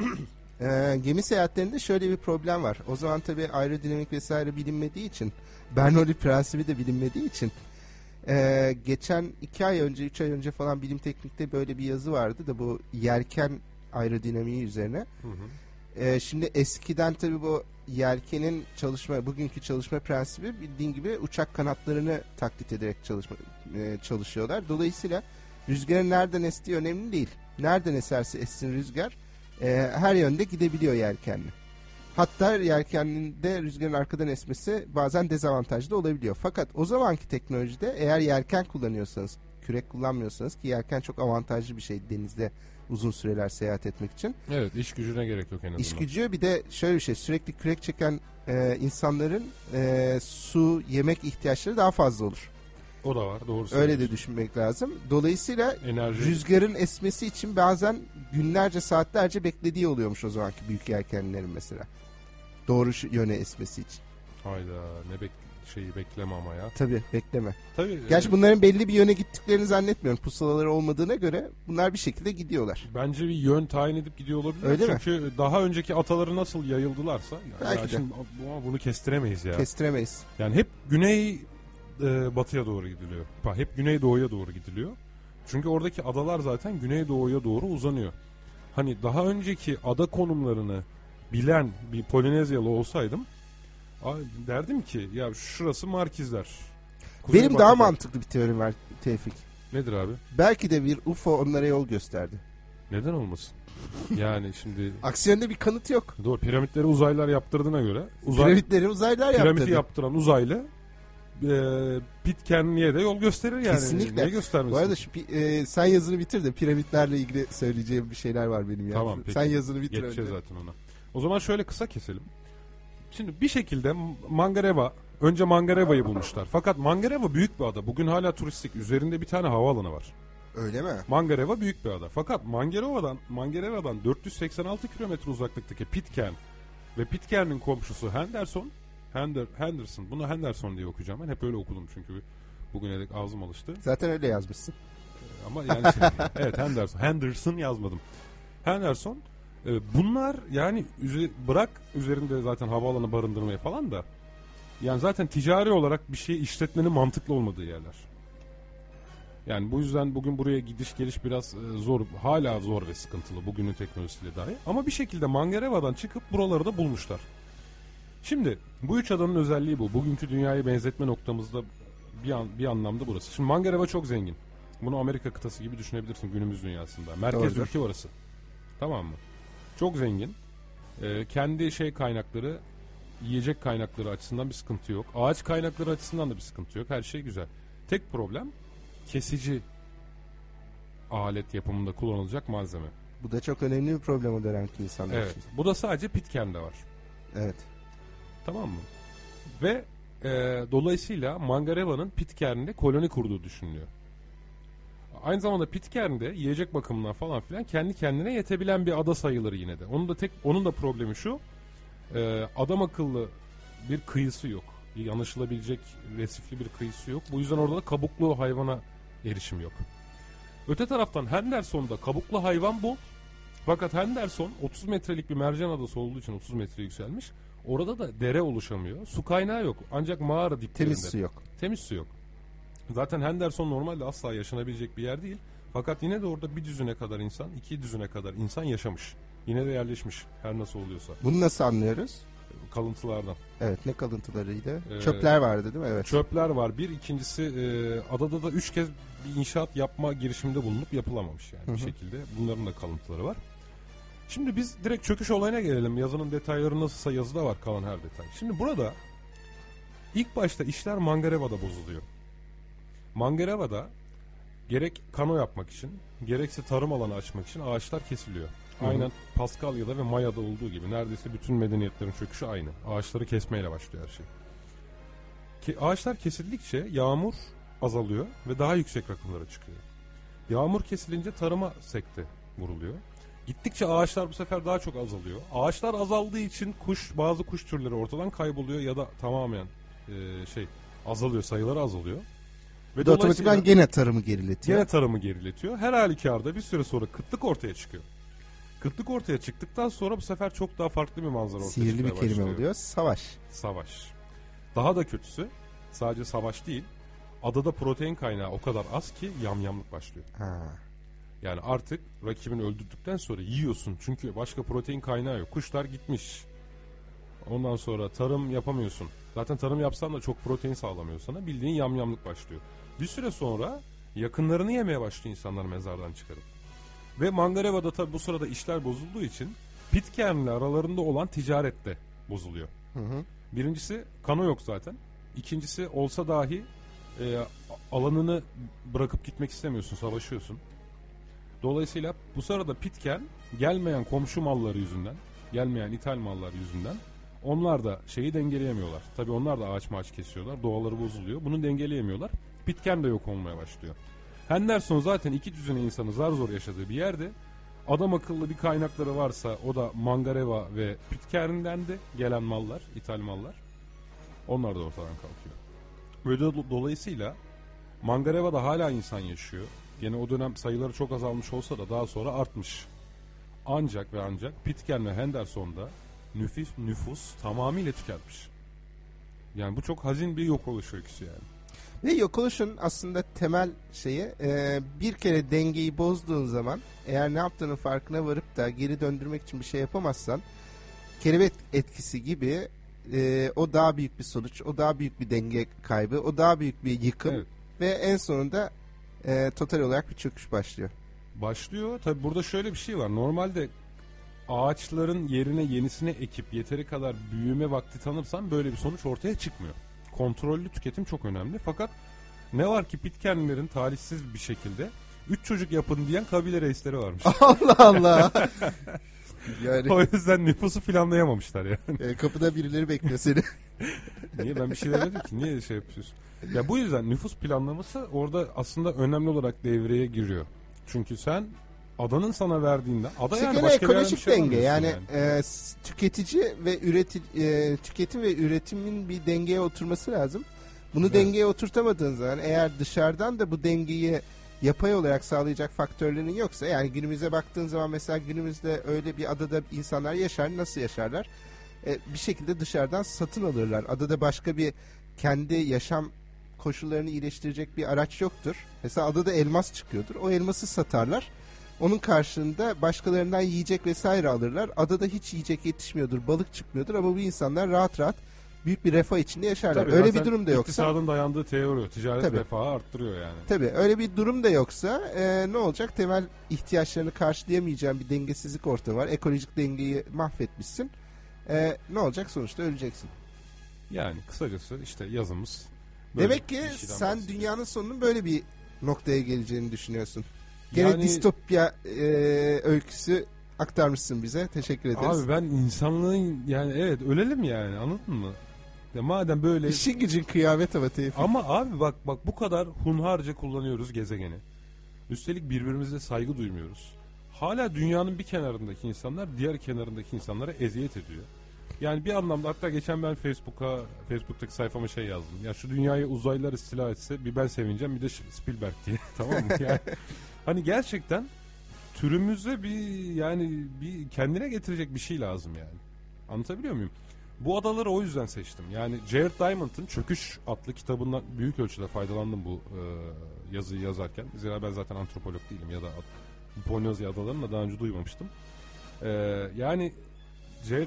e, gemi seyahatlerinde şöyle bir problem var. O zaman tabii aerodinamik vesaire bilinmediği için, Bernoulli prensibi de bilinmediği için e, geçen iki ay önce, üç ay önce falan Bilim Teknik'te böyle bir yazı vardı da bu yelken aerodinamiği üzerine. Hı hı. E, şimdi eskiden tabii bu yelkenin çalışma, bugünkü çalışma prensibi bildiğin gibi uçak kanatlarını taklit ederek çalışma, e, çalışıyorlar. Dolayısıyla rüzgarın nereden estiği önemli değil. Nereden eserse essin rüzgar e, her yönde gidebiliyor yelkenli. Hatta yelkeninde rüzgarın arkadan esmesi bazen dezavantajlı olabiliyor. Fakat o zamanki teknolojide eğer yelken kullanıyorsanız, kürek kullanmıyorsanız ki yelken çok avantajlı bir şey denizde uzun süreler seyahat etmek için. Evet, iş gücüne gerek yok en azından. İş gücü, bir de şöyle bir şey, sürekli kürek çeken e, insanların e, su, yemek ihtiyaçları daha fazla olur. O da var, doğru söylüyorsun. Öyle de düşünmek lazım. Dolayısıyla Enerji. rüzgarın esmesi için bazen günlerce, saatlerce beklediği oluyormuş o zamanki büyük yelkenlilerin mesela. Doğru şu- yöne esmesi için. Hayda, ne bek şeyi bekleme ama ya. Tabii bekleme. Tabii. Gerçi e, bunların belli bir yöne gittiklerini zannetmiyorum. Pusulaları olmadığına göre bunlar bir şekilde gidiyorlar. Bence bir yön tayin edip gidiyor olabilir. Öyle mi? Çünkü daha önceki ataları nasıl yayıldılarsa. Ya, Belki ya de. şimdi bu- bunu kestiremeyiz ya. Kestiremeyiz. Yani hep güney e, batıya doğru gidiliyor. Bak, hep güney doğuya doğru gidiliyor. Çünkü oradaki adalar zaten güney doğuya doğru uzanıyor. Hani daha önceki ada konumlarını bilen bir Polinezyalı olsaydım a- derdim ki ya şurası Markizler. Kuzey Benim batı daha belki. mantıklı bir teorim var Tevfik. Nedir abi? Belki de bir U F O onlara yol gösterdi. Neden olmasın? Yani şimdi Aksi yönde bir kanıt yok. doğru, piramitleri uzaylılar yaptırdığına göre uzay, Piramitleri uzaylılar piramidi yaptırdı. yaptıran uzaylı e, Pitcairn'e de yol gösterir yani. Kesinlikle. Niye göstermesin? Bu arada şu, pi- e, sen yazını bitir de piramitlerle ilgili söyleyeceğim bir şeyler var benim ya. Tamam, peki. Sen yazını bitir Geçeceğiz önce. zaten ona. O zaman şöyle kısa keselim. Şimdi bir şekilde Mangareva, önce Mangareva'yı bulmuşlar. Fakat Mangareva büyük bir ada. Bugün hala turistik. Üzerinde bir tane havaalanı var. Öyle mi? Mangareva büyük bir ada. Fakat Mangareva'dan Mangareva'dan dört yüz seksen altı kilometre uzaklıktaki Pitcairn ve Pitcairn'in komşusu Henderson, Hender, Henderson. Bunu Henderson diye okuyacağım. Ben hep öyle okudum çünkü bugüne dek ağzım alıştı. Zaten öyle yazmışsın. Ama yani şey, evet Henderson. Henderson yazmadım. Henderson. e, Bunlar yani üze- bırak üzerinde zaten havaalanı barındırmayı falan da yani zaten ticari olarak bir şey işletmenin mantıklı olmadığı yerler. Yani bu yüzden bugün buraya gidiş geliş biraz e, zor, hala zor ve sıkıntılı bugünün teknolojisiyle dahi. Ama bir şekilde Mangareva'dan çıkıp buraları da bulmuşlar. Şimdi bu üç adanın özelliği bu. Bugünkü dünyayı benzetme noktamızda bir, an, bir anlamda burası. Şimdi Mangareva çok zengin. Bunu Amerika kıtası gibi düşünebilirsin günümüz dünyasında. Merkez Doğrudur. ülke orası. Tamam mı? Çok zengin. Ee, kendi şey kaynakları, yiyecek kaynakları açısından bir sıkıntı yok. Ağaç kaynakları açısından da bir sıkıntı yok. Her şey güzel. Tek problem kesici alet yapımında kullanılacak malzeme. Bu da çok önemli bir problem o dönemki insanlar Evet. için. Bu da sadece Pitcairn'de var. Evet. Tamam mı? Ve e, dolayısıyla Mangareva'nın Pitcairn'de koloni kurduğu düşünülüyor. Aynı zamanda Pitcairn'de yiyecek bakımından falan filan kendi kendine yetebilen bir ada sayılır yine de. Onun da tek onun da problemi şu. E, adam akıllı bir kıyısı yok. Anlaşılabilecek resifli bir kıyısı yok. Bu yüzden orada da kabuklu hayvana erişim yok. Öte taraftan Henderson'da kabuklu hayvan bol. Fakat Henderson otuz metrelik bir mercan adası olduğu için otuz metre yükselmiş. Orada da dere oluşamıyor. Su kaynağı yok. Ancak mağara diplerinde. Temiz su yok. Temiz su yok. Zaten Henderson normalde asla yaşanabilecek bir yer değil. Fakat yine de orada bir düzine kadar insan, iki düzine kadar insan yaşamış. Yine de yerleşmiş her nasıl oluyorsa. Bunu nasıl anlıyoruz? Kalıntılardan. Evet, ne kalıntılarıydı? Ee, Çöpler vardı değil mi? Evet. Çöpler var. Bir, ikincisi e, adada da üç kez bir inşaat yapma girişiminde bulunup yapılamamış yani Hı hı. bir şekilde. Bunların da kalıntıları var. Şimdi biz direkt çöküş olayına gelelim. Yazının detayları nasılsa yazıda var kalan her detay. Şimdi burada ilk başta işler Mangareva'da bozuluyor. Mangareva'da gerek kano yapmak için, gerekse tarım alanı açmak için ağaçlar kesiliyor. Hı hı. Aynen Paskalya'da ve Maya'da olduğu gibi neredeyse bütün medeniyetlerin çöküşü aynı. Ağaçları kesmeyle başlıyor her şey. Ki ağaçlar kesildikçe yağmur azalıyor ve daha yüksek rakımlara çıkıyor. Yağmur kesilince tarıma sekte vuruluyor. Gittikçe ağaçlar bu sefer daha çok azalıyor. Ağaçlar azaldığı için kuş, bazı kuş türleri ortadan kayboluyor ya da tamamen e, şey azalıyor, sayıları azalıyor. Ve otomatikman gene tarımı geriletiyor. Gene tarımı geriletiyor. Her halükarda bir süre sonra kıtlık ortaya çıkıyor. Kıtlık ortaya çıktıktan sonra bu sefer çok daha farklı bir manzara ortaya çıkmaya başlıyor. Sihirli bir kelime oluyor. Savaş. Savaş. Daha da kötüsü sadece savaş değil. Adada protein kaynağı o kadar az ki yamyamlık başlıyor. Ha. Yani artık rakibini öldürdükten sonra yiyorsun. Çünkü başka protein kaynağı yok. Kuşlar gitmiş. Ondan sonra tarım yapamıyorsun. Zaten tarım yapsan da çok protein sağlamıyor sana. Bildiğin yamyamlık başlıyor. Bir süre sonra yakınlarını yemeye başlıyor insanlar mezardan çıkarıp. Ve Mangareva'da tabi bu sırada işler bozulduğu için Pitcairn'le aralarında olan ticaret de bozuluyor. Hı hı. Birincisi kano yok zaten. İkincisi olsa dahi e, alanını bırakıp gitmek istemiyorsun, savaşıyorsun. Dolayısıyla bu sırada Pitcairn gelmeyen komşu malları yüzünden, gelmeyen ithal mallar yüzünden onlar da şeyi dengeleyemiyorlar. Tabii onlar da ağaç maaç kesiyorlar, doğaları bozuluyor. Bunu dengeleyemiyorlar. Pitcairn de yok olmaya başlıyor. Henderson zaten iki düzine insanı zar zor yaşadığı bir yerde. Adam akıllı bir kaynakları varsa o da Mangareva ve Pitcairn'dendi gelen mallar, ithal mallar. Onlar da ortadan kalkıyor. Ve do- dolayısıyla Mangareva'da hala insan yaşıyor. Gene o dönem sayıları çok azalmış olsa da daha sonra artmış. Ancak ve ancak Pitcairn ve Henderson'da nüfus, nüfus tamamıyla tükenmiş. Yani bu çok hazin bir yok oluş öyküsü yani. Ve yok oluşun aslında temel şeyi e, bir kere dengeyi bozduğun zaman eğer ne yaptığının farkına varıp da geri döndürmek için bir şey yapamazsan kelebek etkisi gibi e, o daha büyük bir sonuç, o daha büyük bir denge kaybı, o daha büyük bir yıkım Evet. ve en sonunda e, total olarak bir çöküş başlıyor. Başlıyor. Tabi burada şöyle bir şey var. Normalde ağaçların yerine yenisini ekip yeteri kadar büyüme vakti tanırsan böyle bir sonuç ortaya çıkmıyor. Kontrollü tüketim çok önemli. Fakat ne var ki Pitcairn'lerin talihsiz bir şekilde üç çocuk yapın diyen kabile reisleri varmış. Allah Allah. Yani O yüzden nüfusu planlayamamışlar yani. e, kapıda birileri bekliyor seni. Niye, ben bir şey demedim ki, niye şey yapıyorsun? Ya bu yüzden nüfus planlaması orada aslında önemli olarak devreye giriyor. Çünkü sen adanın sana verdiğinde ada İşte yani gene başka bir yerden bir ekolojik şey denge yani, yani. E, s- tüketici ve üreti, e, tüketim ve üretimin bir dengeye oturması lazım. Bunu Evet. dengeye oturtamadığın zaman eğer dışarıdan da bu dengeyi yapay olarak sağlayacak faktörlerin yoksa, yani günümüze baktığın zaman mesela günümüzde öyle bir adada insanlar yaşar, nasıl yaşarlar? E, bir şekilde dışarıdan satın alırlar. Adada başka bir kendi yaşam koşullarını iyileştirecek bir araç yoktur. Mesela adada elmas çıkıyordur. O elması satarlar. Onun karşılığında başkalarından yiyecek vesaire alırlar. Adada hiç yiyecek yetişmiyordur, balık çıkmıyordur ama bu insanlar rahat rahat büyük bir refah içinde yaşarlar. Tabii, öyle bir durum da yoksa. İktisadın dayandığı teori, ticaret Tabii. refahı arttırıyor yani. Tabii öyle bir durum da yoksa e, ne olacak? Temel ihtiyaçlarını karşılayamayacağın bir dengesizlik ortamı var. Ekolojik dengeyi mahvetmişsin. E, ne olacak? Sonuçta öleceksin. Yani kısacası işte yazımız. böyle Demek ki bir şeyden sen bahsediyor. dünyanın sonunun böyle bir noktaya geleceğini düşünüyorsun. Gene Yani- distopya e, öyküsü aktarmışsın bize. Teşekkür ederiz. Abi ben insanlığın yani evet ölelim yani, anladın mı? Ya madem böyle İşin gücün kıyamet ama Tevfik. ama abi bak bak bu kadar hunharca kullanıyoruz gezegeni. Üstelik birbirimize saygı duymuyoruz. Hala dünyanın bir kenarındaki insanlar diğer kenarındaki insanlara eziyet ediyor. Yani bir anlamda hatta geçen ben Facebook'a Facebook'taki sayfama şey yazdım. Ya şu dünyayı uzaylılar istila etse bir ben sevineceğim bir de Spielberg diye. Tamam mı? Yani, hani gerçekten türümüze bir yani bir kendine getirecek bir şey lazım yani. Anlatabiliyor muyum? Bu adaları o yüzden seçtim. Yani Jared Diamond'ın Çöküş adlı kitabından büyük ölçüde faydalandım bu e, yazıyı yazarken. Zira ben zaten antropolog değilim ya da Polynesia adalarını da daha önce duymamıştım. E, yani Jared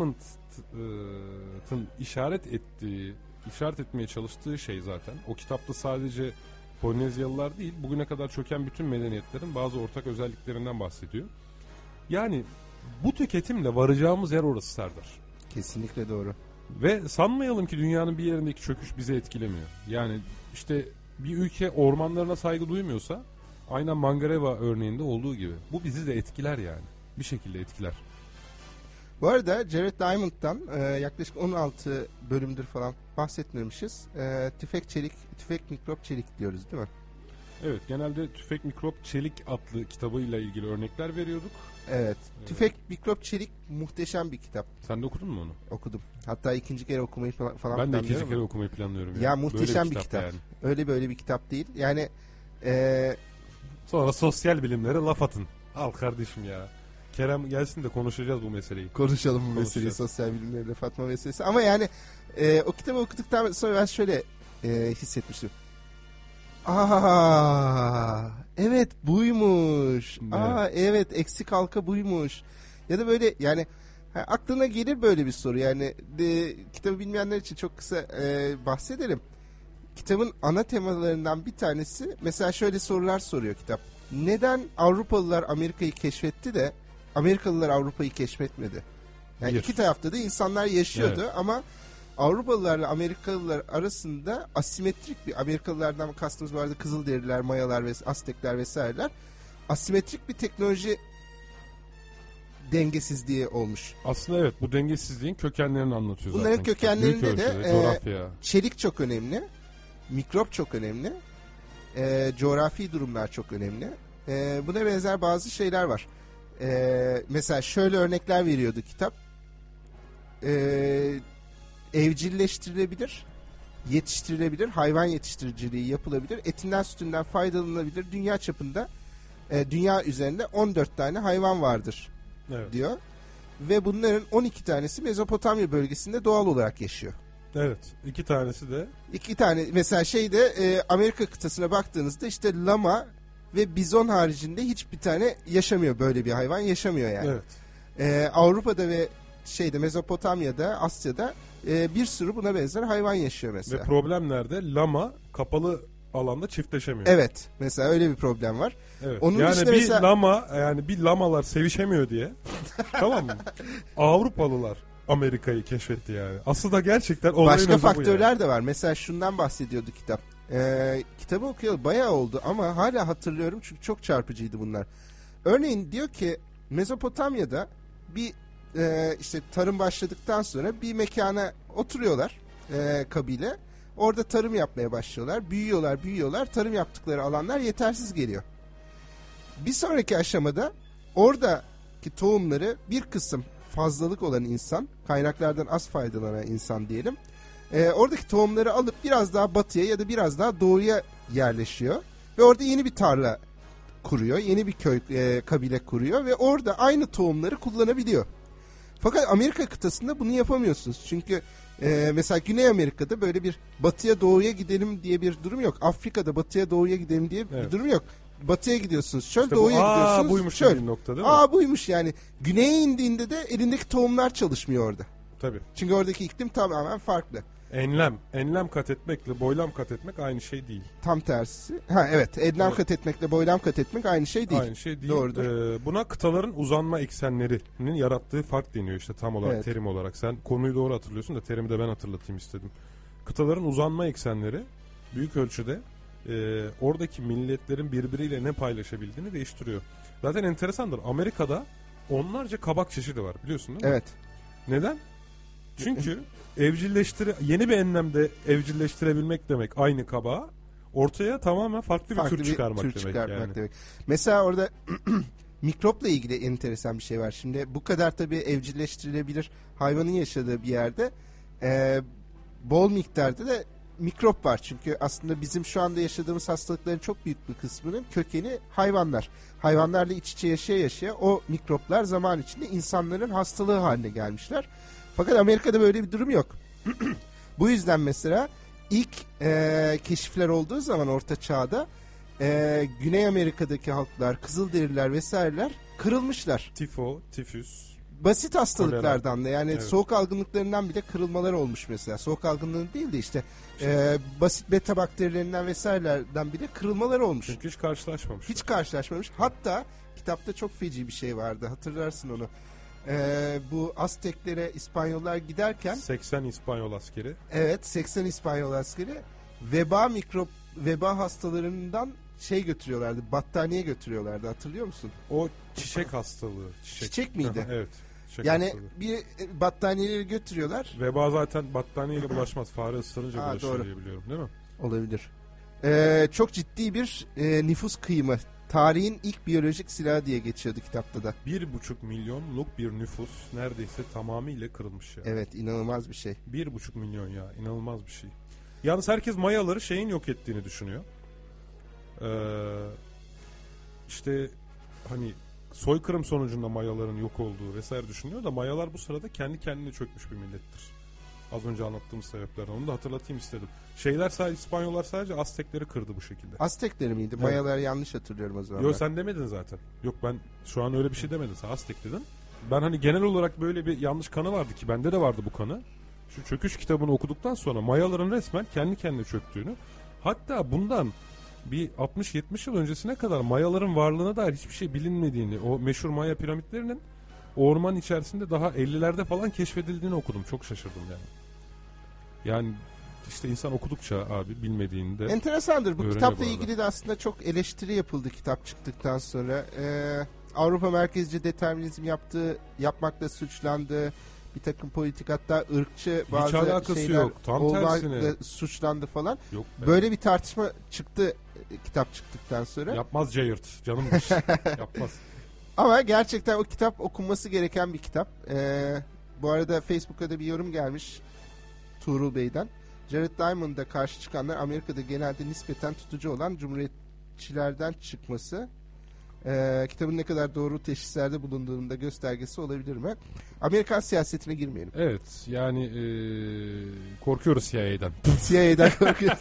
Diamond'ın işaret ettiği, işaret etmeye çalıştığı şey zaten. O kitapta sadece Polynezyalılar değil, bugüne kadar çöken bütün medeniyetlerin bazı ortak özelliklerinden bahsediyor. Yani bu tüketimle varacağımız yer orası Serdar. Kesinlikle doğru. Ve sanmayalım ki dünyanın bir yerindeki çöküş bizi etkilemiyor. Yani işte bir ülke ormanlarına saygı duymuyorsa aynen Mangareva örneğinde olduğu gibi bu bizi de etkiler yani. Bir şekilde etkiler. Bu arada Jared Diamond'dan e, yaklaşık on altı bölümdür falan bahsetmemişiz. E, tüfek çelik, tüfek mikrop çelik diyoruz değil mi? Evet, genelde Tüfek Mikrop Çelik adlı kitabıyla ilgili örnekler veriyorduk. Evet. Tüfek mikrop çelik muhteşem bir kitap. Sen de okudun mu onu? Okudum. Hatta ikinci kere okumayı falan falan Ben de ikinci planlıyorum kere ama- okumayı planlıyorum. Ya yani. muhteşem Böyle bir kitap. yani. Öyle böyle bir kitap değil. Yani e, Sonra sosyal bilimlere laf atın. Al kardeşim ya. Kerem gelsin de konuşacağız bu meseleyi. konuşalım bu meseleyi, Konuşacağız. sosyal bilimleri laf atma meselesi. Ama yani e, o kitabı okuduktan sonra ben şöyle e, hissetmiştim. Aa, evet buymuş. Ne? Aa, evet eksik halka buymuş. Ya da böyle yani ha, aklına gelir böyle bir soru. Yani de, kitabı bilmeyenler için çok kısa e, bahsedelim. Kitabın ana temalarından bir tanesi mesela şöyle sorular soruyor kitap. Neden Avrupalılar Amerika'yı keşfetti de Amerikalılar Avrupa'yı keşfetmedi? Yani Bir. iki tarafta da insanlar yaşıyordu ama Avrupalılarla Amerikalılar arasında asimetrik bir, Amerikalılardan kastımız vardı Kızılderililer, Mayalar ve Aztekler vesaireler, asimetrik bir teknoloji dengesizliği olmuş. Aslında evet, bu dengesizliğin kökenlerini anlatıyor zaten. Bunların kitap. kökenlerinde Büyük de, ölçüde e, coğrafya. Çelik çok önemli, mikrop çok önemli, e, coğrafi durumlar çok önemli. E, buna benzer bazı şeyler var. E, mesela şöyle örnekler veriyordu kitap. E, evcilleştirilebilir, yetiştirilebilir, hayvan yetiştiriciliği yapılabilir, etinden sütünden faydalanılabilir, dünya çapında, e, dünya üzerinde on dört tane hayvan vardır Evet. diyor. Ve bunların on iki tanesi Mezopotamya bölgesinde doğal olarak yaşıyor. Evet. İki tanesi de İki tane mesela şeyde e, Amerika kıtasına baktığınızda işte lama ve bizon haricinde hiçbir tane yaşamıyor, böyle bir hayvan yaşamıyor yani. evet. E, Avrupa'da ve şeyde Mezopotamya'da, Asya'da e, bir sürü buna benzer hayvan yaşıyor mesela. Ve problem nerede? Lama kapalı alanda çiftleşemiyor. Evet. Mesela öyle bir problem var. Evet. Onun yani dışında bir mesela- lama, yani bir lamalar sevişemiyor diye. Tamam mı? Avrupalılar Amerika'yı keşfetti yani. Aslında gerçekten olayın Başka özü bu faktörler yani. de var. Mesela şundan bahsediyordu kitap. Ee, kitabı okuyalı bayağı oldu ama hala hatırlıyorum çünkü çok çarpıcıydı bunlar. Örneğin diyor ki Mezopotamya'da bir e, işte tarım başladıktan sonra bir mekana oturuyorlar e, kabile. Orada tarım yapmaya başlıyorlar. Büyüyorlar, büyüyorlar. Tarım yaptıkları alanlar yetersiz geliyor. Bir sonraki aşamada oradaki tohumları bir kısım fazlalık olan insan, kaynaklardan az faydalanan insan diyelim, e, oradaki tohumları alıp biraz daha batıya ya da biraz daha doğuya yerleşiyor. Ve orada yeni bir tarla kuruyor, yeni bir köy, e, kabile kuruyor ve orada aynı tohumları kullanabiliyor. Fakat Amerika kıtasında bunu yapamıyorsunuz. Çünkü e, mesela Güney Amerika'da böyle bir batıya doğuya gidelim diye bir durum yok. Afrika'da batıya doğuya gidelim diye Evet. bir durum yok. Batıya gidiyorsunuz çöl, İşte bu, doğuya aa, gidiyorsunuz buymuş çöl. dediğin nokta değil mi? Aa buymuş yani. Güneye indiğinde de elindeki tohumlar çalışmıyor orada. Tabii. Çünkü oradaki iklim tamamen farklı. Enlem. Enlem kat etmekle boylam kat etmek aynı şey değil. Tam tersi. Ha evet, enlem Evet. kat etmekle boylam kat etmek aynı şey değil. Aynı şey değil. Doğrudur. Ee, buna kıtaların uzanma eksenlerinin yarattığı fark deniyor işte tam olarak, Evet. terim olarak. Sen konuyu doğru hatırlıyorsun da terimi de ben hatırlatayım istedim. Kıtaların uzanma eksenleri büyük ölçüde e, oradaki milletlerin birbiriyle ne paylaşabildiğini değiştiriyor. Zaten enteresandır. Amerika'da onlarca kabak çeşidi var, biliyorsun değil mi? Evet. Neden? Çünkü evcilleştire yeni bir enlemde evcilleştirebilmek demek aynı kabağı, ortaya tamamen farklı bir Farklı tür bir çıkarmak tür demek çıkartmak yani. demek. Mesela orada mikropla ilgili enteresan bir şey var. Şimdi bu kadar tabii evcilleştirilebilir hayvanın yaşadığı bir yerde e, bol miktarda da mikrop var. Çünkü aslında bizim şu anda yaşadığımız hastalıkların çok büyük bir kısmının kökeni hayvanlar. Hayvanlarla iç içe yaşaya yaşaya o mikroplar zaman içinde insanların hastalığı haline gelmişler. Fakat Amerika'da böyle bir durum yok. Bu yüzden mesela ilk e, keşifler olduğu zaman Orta Çağ'da e, Güney Amerika'daki halklar, Kızılderililer vesaireler kırılmışlar. Tifo, tifüs. Basit hastalıklardan da yani Evet. soğuk algınlıklarından bile kırılmalar olmuş mesela. Soğuk algınlığı değil de işte e, basit beta bakterilerinden vesairelerden bile kırılmalar olmuş. Çünkü hiç karşılaşmamış. Hiç karşılaşmamış. Hatta kitapta çok feci bir şey vardı. Hatırlarsın onu. E, bu Azteklere İspanyollar giderken seksen İspanyol askeri. evet seksen İspanyol askeri veba mikrop veba hastalarından şey götürüyorlardı, battaniye götürüyorlardı, hatırlıyor musun? O çiçek hastalığı. Çiçek, Çiçek miydi? Evet. Çiçek Yani hastalığı. bir battaniyeleri götürüyorlar. Veba zaten battaniyeyle bulaşmaz. Fare ısırınca Aa, bulaşır doğru. diye biliyorum, değil mi? Olabilir. Ee, çok ciddi bir e, nüfus kıyımı. Tarihin ilk biyolojik silahı diye geçiyordu kitapta da. Bir buçuk milyonluk bir nüfus neredeyse tamamıyla kırılmış ya. Evet, inanılmaz bir şey. Bir buçuk milyon ya, inanılmaz bir şey. Yalnız herkes Mayaları şeyin yok ettiğini düşünüyor. Ee, işte hani soykırım sonucunda Mayaların yok olduğu vesaire düşünüyor da Mayalar bu sırada kendi kendine çökmüş bir millettir. Az önce anlattığım sebeplerden. Onu da hatırlatayım istedim. Şeyler sadece İspanyollar sadece Aztekleri kırdı bu şekilde. Aztekleri miydi? Evet. Mayalar yanlış hatırlıyorum o zaman. Yok ben. sen demedin zaten. Yok ben şu an öyle bir şey demedim. Sen Aztek dedin. Ben hani genel olarak böyle bir yanlış kanı vardı ki bende de vardı bu kanı. Şu çöküş kitabını okuduktan sonra Mayaların resmen kendi kendine çöktüğünü, hatta bundan bir altmış yetmiş yıl öncesine kadar Mayaların varlığına dair hiçbir şey bilinmediğini, o meşhur Maya piramitlerinin orman içerisinde daha ellilerde falan keşfedildiğini okudum. Çok şaşırdım yani. Yani işte insan okudukça abi bilmediğini de Enteresandır. Bu öğreniyor kitapla bu arada. ilgili de aslında çok eleştiri yapıldı kitap çıktıktan sonra. Ee, Avrupa merkezci determinizm yaptığı, yapmakla suçlandı. Bir takım politik, hatta ırkçı bazı alakası şeyler yok. Tam olmakla tersine. suçlandı falan. Yok be. Böyle bir tartışma çıktı e, kitap çıktıktan sonra. Yapmaz Cayırt. Canımdır. Yapmaz. Ama gerçekten o kitap okunması gereken bir kitap. Ee, bu arada Facebook'a da bir yorum gelmiş Tuğrul Bey'den. Jared Diamond'a karşı çıkanlar Amerika'da genelde nispeten tutucu olan cumhuriyetçilerden çıkması e, kitabın ne kadar doğru teşhislerde bulunduğunun da göstergesi olabilir mi? Amerikan siyasetine girmeyelim. Evet yani e, korkuyoruz C I A'den. C I A'den korkuyoruz.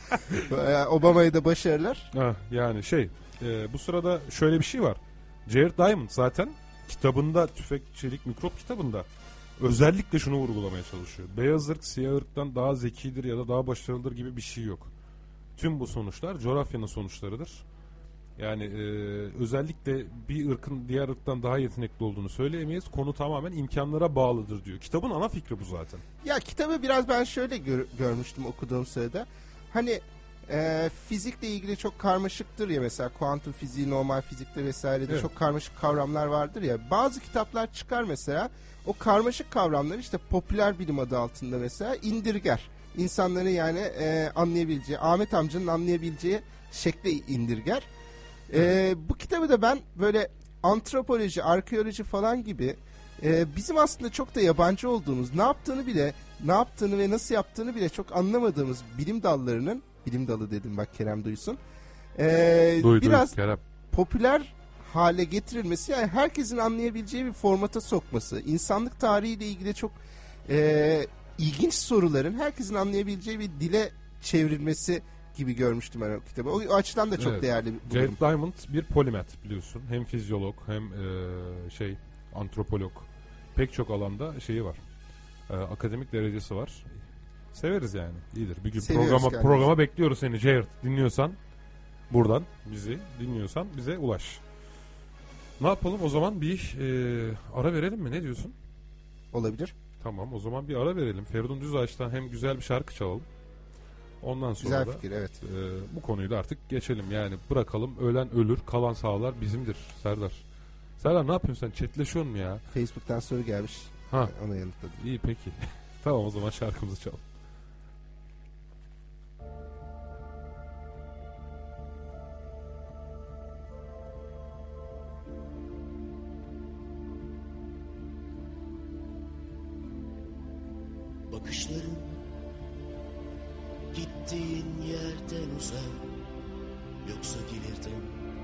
Obama'ya da başarılar. Ha, yani şey e, bu sırada şöyle bir şey var. Jared Diamond zaten kitabında, Tüfek Çelik Mikrop kitabında özellikle şunu vurgulamaya çalışıyor. Beyaz ırk siyah ırktan daha zekidir ya da daha başarılıdır gibi bir şey yok. Tüm bu sonuçlar coğrafyanın sonuçlarıdır. Yani e, özellikle bir ırkın diğer ırktan daha yetenekli olduğunu söyleyemeyiz. Konu tamamen imkanlara bağlıdır diyor. Kitabın ana fikri bu zaten. Ya kitabı biraz ben şöyle gör, görmüştüm okuduğum sırada. Hani e, fizikle ilgili çok karmaşıktır ya, mesela kuantum fiziği, normal fizikte vesairede Evet. çok karmaşık kavramlar vardır ya. Bazı kitaplar çıkar mesela, o karmaşık kavramları işte popüler bilim adı altında mesela indirger. İnsanların yani e, anlayabileceği, Ahmet amcanın anlayabileceği şekle indirger. E, bu kitabı da ben böyle antropoloji, arkeoloji falan gibi e, bizim aslında çok da yabancı olduğumuz, ne yaptığını bile, ne yaptığını ve nasıl yaptığını bile çok anlamadığımız bilim dallarının, bilim dalı dedim bak Kerem duysun, e, Duy, biraz duy, Kerem. popüler hale getirilmesi, yani herkesin anlayabileceği bir formata sokması, insanlık tarihiyle ilgili çok e, ilginç soruların herkesin anlayabileceği bir dile çevrilmesi gibi görmüştüm ben o kitabı. O, o açıdan da çok Evet. değerli bir Jared bulurum. Diamond bir polimet biliyorsun. Hem fizyolog hem e, şey antropolog. Pek çok alanda şeyi var. E, akademik derecesi var. Severiz yani. İyidir. Bir gün Seviyoruz programa kendimizi. programa bekliyoruz seni Jared. Dinliyorsan buradan bizi dinliyorsan bize ulaş. Ne yapalım o zaman, bir e, ara verelim mi? Ne diyorsun? Olabilir. Tamam, o zaman bir ara verelim. Feridun Düzağaç'tan hem güzel bir şarkı çalalım. Ondan sonra Güzel da fikir, evet. e, bu konuyu da artık geçelim. Yani bırakalım, ölen ölür, kalan sağlar bizimdir Serdar. Serdar ne yapıyorsun sen? Chatleşiyorsun mu ya? Facebook'tan soru gelmiş. Ha. Ona yanıtladım. İyi peki. Tamam, o zaman şarkımızı çalalım. Bakışların gittiğin yerden uzak, yoksa gelirdim.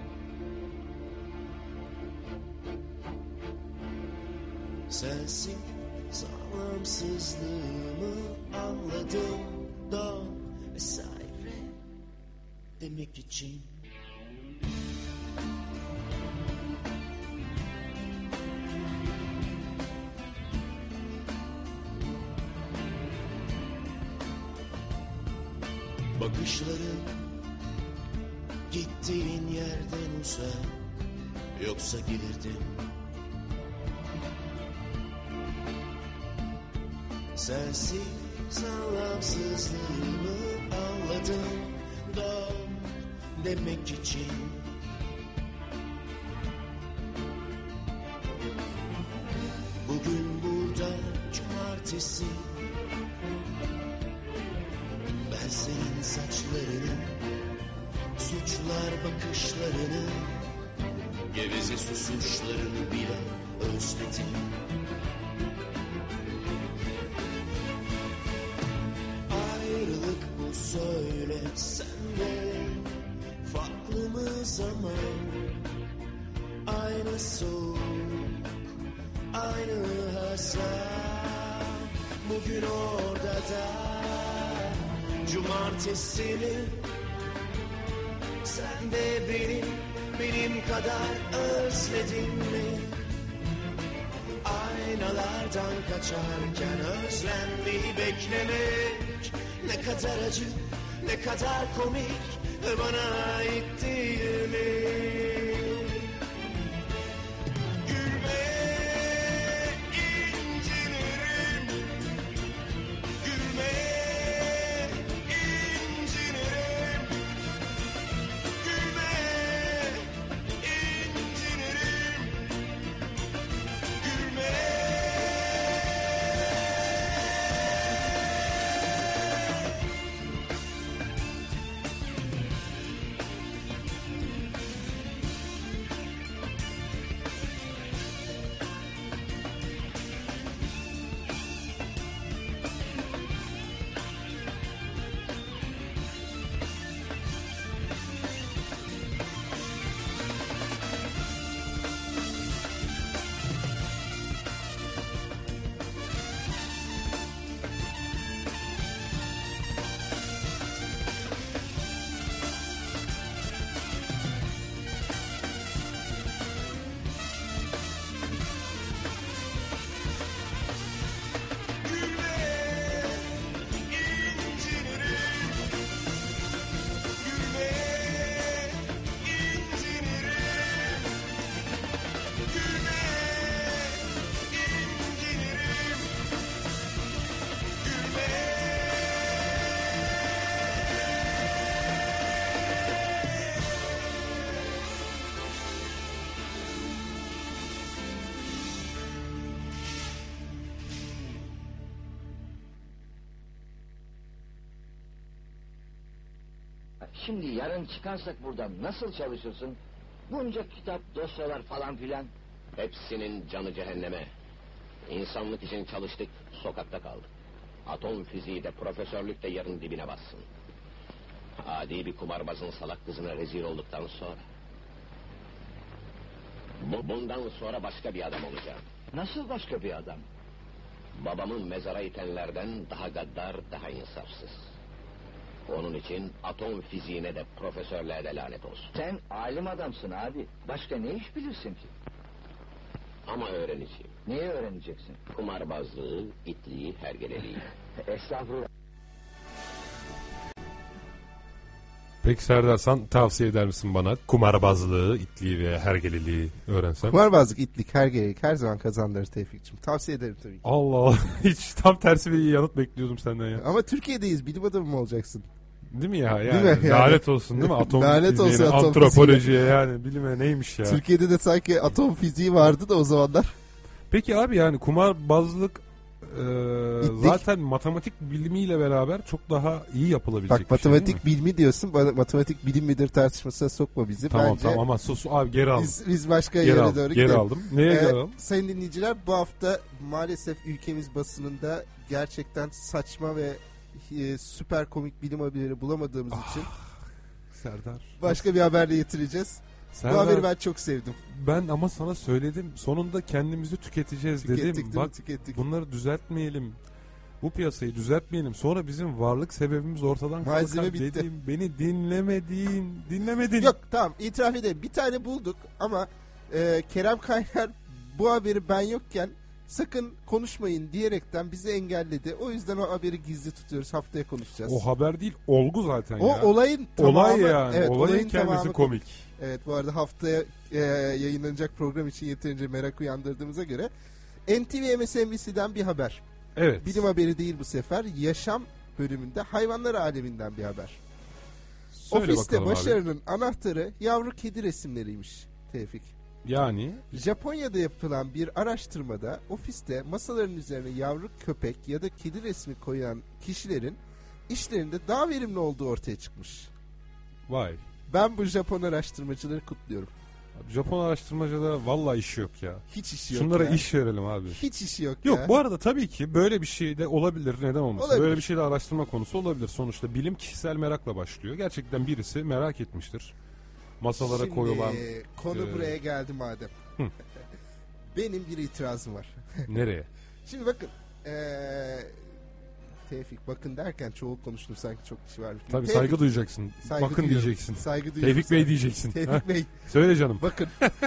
Sensin sağlamsızlığımı anladım da vesaire demek için. Bakışların gittiğin yerden uzak, yoksa gelirdim. Sensiz anlamsızlığımı anladım dön demek için. Bugün burada cumartesi, ben senin saçlarını, suçlar bakışlarını, geveze susuşlarını bile özledim. Ayrılık bu, söyle sen de, farklı mı zaman? Aynı soğuk, aynı hasar. Bugün orada da cumartesi mi? Sen de benim, benim kadar özledin mi? Aynalardan kaçarken özlenmeyi beklemek ne kadar acı, ne kadar komik, bana ait değil mi? Gülme, incinirim. Gülme, incinirim. Gülme, incinirim. Gülme. Şimdi yarın çıkarsak buradan nasıl çalışırsın? Bunca kitap, dosyalar falan filan. Hepsinin canı cehenneme. İnsanlık için çalıştık, sokakta kaldık. Atom fiziği de profesörlük de yarın dibine bassın. Adi bir kumarbazın salak kızına rezil olduktan sonra. Bu, bundan sonra başka bir adam olacağım. Nasıl başka bir adam? Babamın mezara itenlerden daha gaddar, daha insafsız. Onun için atom fiziğine de profesörlüğe de lanet olsun. Sen alim adamsın abi. Başka ne iş bilirsin ki? Ama öğreneceğim. Neyi öğreneceksin? Kumarbazlığı, itliği, hergeleliği. Estağfurullah. Peki Serdar, sen tavsiye eder misin bana kumarbazlığı, itliği ve hergeleliği öğrensem? Kumarbazlık, itlik, hergelelik her zaman kazandırır Tevfik'cim. Tavsiye ederim tabii ki. Allah Allah, hiç tam tersi bir yanıt bekliyordum senden ya. Ama Türkiye'deyiz, bilim adamı mı olacaksın? Değil mi ya? Yani, Değil mi? Yani- lanet olsun değil mi? Atom Lanet olsun fiziğine, atom antropolojiye yani bilime neymiş ya. Türkiye'de de sanki atom fiziği vardı da o zamanlar. Peki abi, yani kumarbazlık e, İtlik. zaten matematik bilimiyle beraber çok daha iyi yapılabilecek Bak, bir şey matematik değil mi? bilimi diyorsun, bana matematik bilim midir tartışmasına sokma bizi. Tamam Bence tamam ama sus abi, geri aldım. biz, biz başka Geri yere aldım, doğru geri gidelim. aldım. Neye Ee, geri aldım? sayın dinleyiciler, bu hafta maalesef ülkemiz basınında gerçekten saçma ve e, süper komik bilim haberleri bulamadığımız Ah, için Serdar. başka bir haberle getireceğiz. Serdar, Bu haberi ben çok sevdim. ben ama sana söyledim. Sonunda kendimizi tüketeceğiz Tükettik dedim. değil mi? Bak, Tükettik. bunları düzeltmeyelim. Bu piyasayı düzeltmeyelim. Sonra bizim varlık sebebimiz ortadan Malzeme kalkar bitti. dedim. Beni dinlemedin. Dinlemedin. Yok, tamam, itiraf edelim. Bir tane bulduk ama e, Kerem Kaynar bu haberi ben yokken sakın konuşmayın diyerekten bizi engelledi. O yüzden o haberi gizli tutuyoruz. Haftaya konuşacağız. O haber değil, olgu zaten O ya. olayın tamamı. Olay yani. Evet, Olayın olayın kendisi tamamı komik. Evet, bu arada haftaya e, yayınlanacak program için yeterince merak uyandırdığımıza göre N T V M S N B C'den bir haber. Evet. Bilim haberi değil bu sefer. Yaşam bölümünde hayvanlar aleminden bir haber. Söyle Ofiste bakalım abi. başarının anahtarı yavru kedi resimleriymiş Tevfik. Yani Japonya'da yapılan bir araştırmada ofiste masaların üzerine yavru köpek ya da kedi resmi koyan kişilerin işlerinde daha verimli olduğu ortaya çıkmış. vay. Ben bu Japon araştırmacıları kutluyorum. Japon araştırmacıda vallahi işi yok ya. Hiç işi yok Şunlara ya. iş verelim abi. Hiç işi yok, Yok ya. bu arada tabii ki böyle bir şey de olabilir. Neden olmasın? Olabilir. Böyle bir şey de araştırma konusu olabilir. Sonuçta bilim kişisel merakla başlıyor. Gerçekten birisi merak etmiştir. Masalara Şimdi, koyulan konu e, buraya geldi madem. Hı. Benim bir itirazım var. nereye? Şimdi bakın ee, Tevfik bakın derken çoğul konuştum sanki çok kişi var. Tabii Tevfik, saygı duyacaksın. saygı Bakın duyuyorum. diyeceksin. Saygı duyuyorum. Tevfik Bey diyeceksin. Tevfik Ha? Bey Söyle canım. bakın.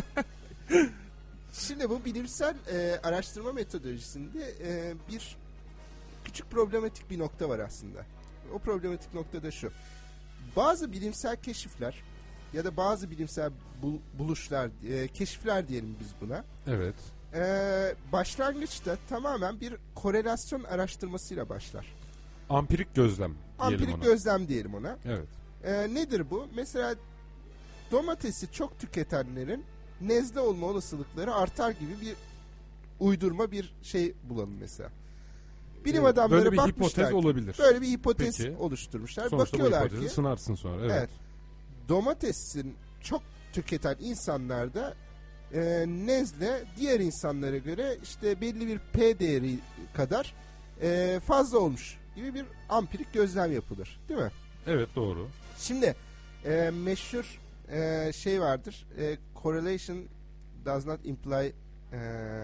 Şimdi bu bilimsel e, araştırma metodolojisinde e, bir küçük problematik bir nokta var aslında. O problematik nokta da şu. Bazı bilimsel keşifler ya da bazı bilimsel bul- buluşlar, e, keşifler diyelim biz buna. Evet. E, başlangıçta tamamen bir korelasyon araştırmasıyla başlar. Ampirik gözlem diyelim Ampirik ona. gözlem diyelim ona. Evet. E, nedir bu? Mesela domatesi çok tüketenlerin nezle olma olasılıkları artar gibi bir uydurma bir şey bulalım mesela. Bilim Evet, adamları böyle bir bakmışlar hipotez ki, olabilir. böyle bir hipotez Peki. oluşturmuşlar. Sonuçta bu Bakıyorlar hipotezi ki sınarsın sonra. Evet. evet, domatesin çok tüketen insanlarda e, nezle diğer insanlara göre işte belli bir P değeri kadar e, fazla olmuş gibi bir ampirik gözlem yapılır. Değil mi? Evet doğru. Şimdi e, meşhur e, şey vardır. E, correlation does not imply e,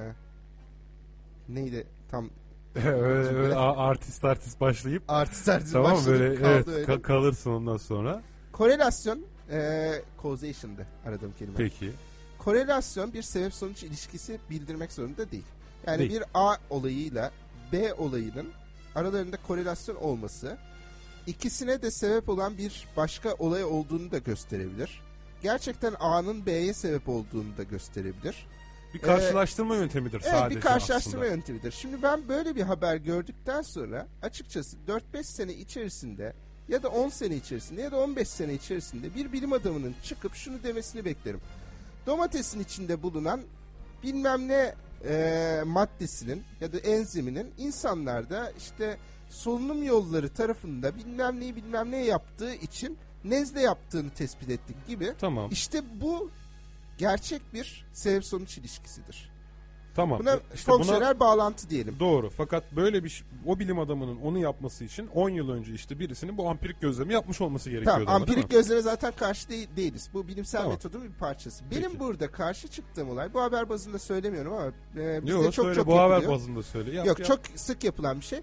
neydi tam öyle, öyle a- artist artist başlayıp artist artist tamam başladık, böyle kaldı evet öyle. ka- kalırsın ondan sonra. Korelasyon e, causation'dı aradığım kelime. Peki. Korelasyon bir sebep sonuç ilişkisi bildirmek zorunda değil. Yani Değil. bir A olayıyla B olayının aralarında korelasyon olması ikisine de sebep olan bir başka olay olduğunu da gösterebilir. Gerçekten A'nın B'ye sebep olduğunu da gösterebilir. Bir karşılaştırma yöntemidir Evet, sadece bir karşılaştırma aslında. yöntemidir. Şimdi ben böyle bir haber gördükten sonra açıkçası dört beş sene içerisinde ya da on sene içerisinde ya da on beş sene içerisinde bir bilim adamının çıkıp şunu demesini beklerim. Domatesin içinde bulunan bilmem ne e, maddesinin ya da enziminin insanlarda işte solunum yolları tarafında bilmem neyi bilmem ne yaptığı için nezle yaptığını tespit ettik gibi. Tamam. İşte bu gerçek bir sebep sonuç ilişkisidir. Tamam. Buna İşte fonksiyonel buna bağlantı diyelim. doğru. Fakat böyle bir ş- o bilim adamının onu yapması için on yıl önce işte birisinin bu ampirik gözlemi yapmış olması gerekiyordu. Tamam, ama, değil ampirik mi? gözleme zaten karşı değil- değiliz. Bu bilimsel Tamam. metodun bir parçası. Benim Peki. burada karşı çıktığım olay, bu haber bazında söylemiyorum ama e, bizde Yok çok söyle çok bu haber yapılıyor. bazında söyle. Yap, Yok yap. çok sık yapılan bir şey.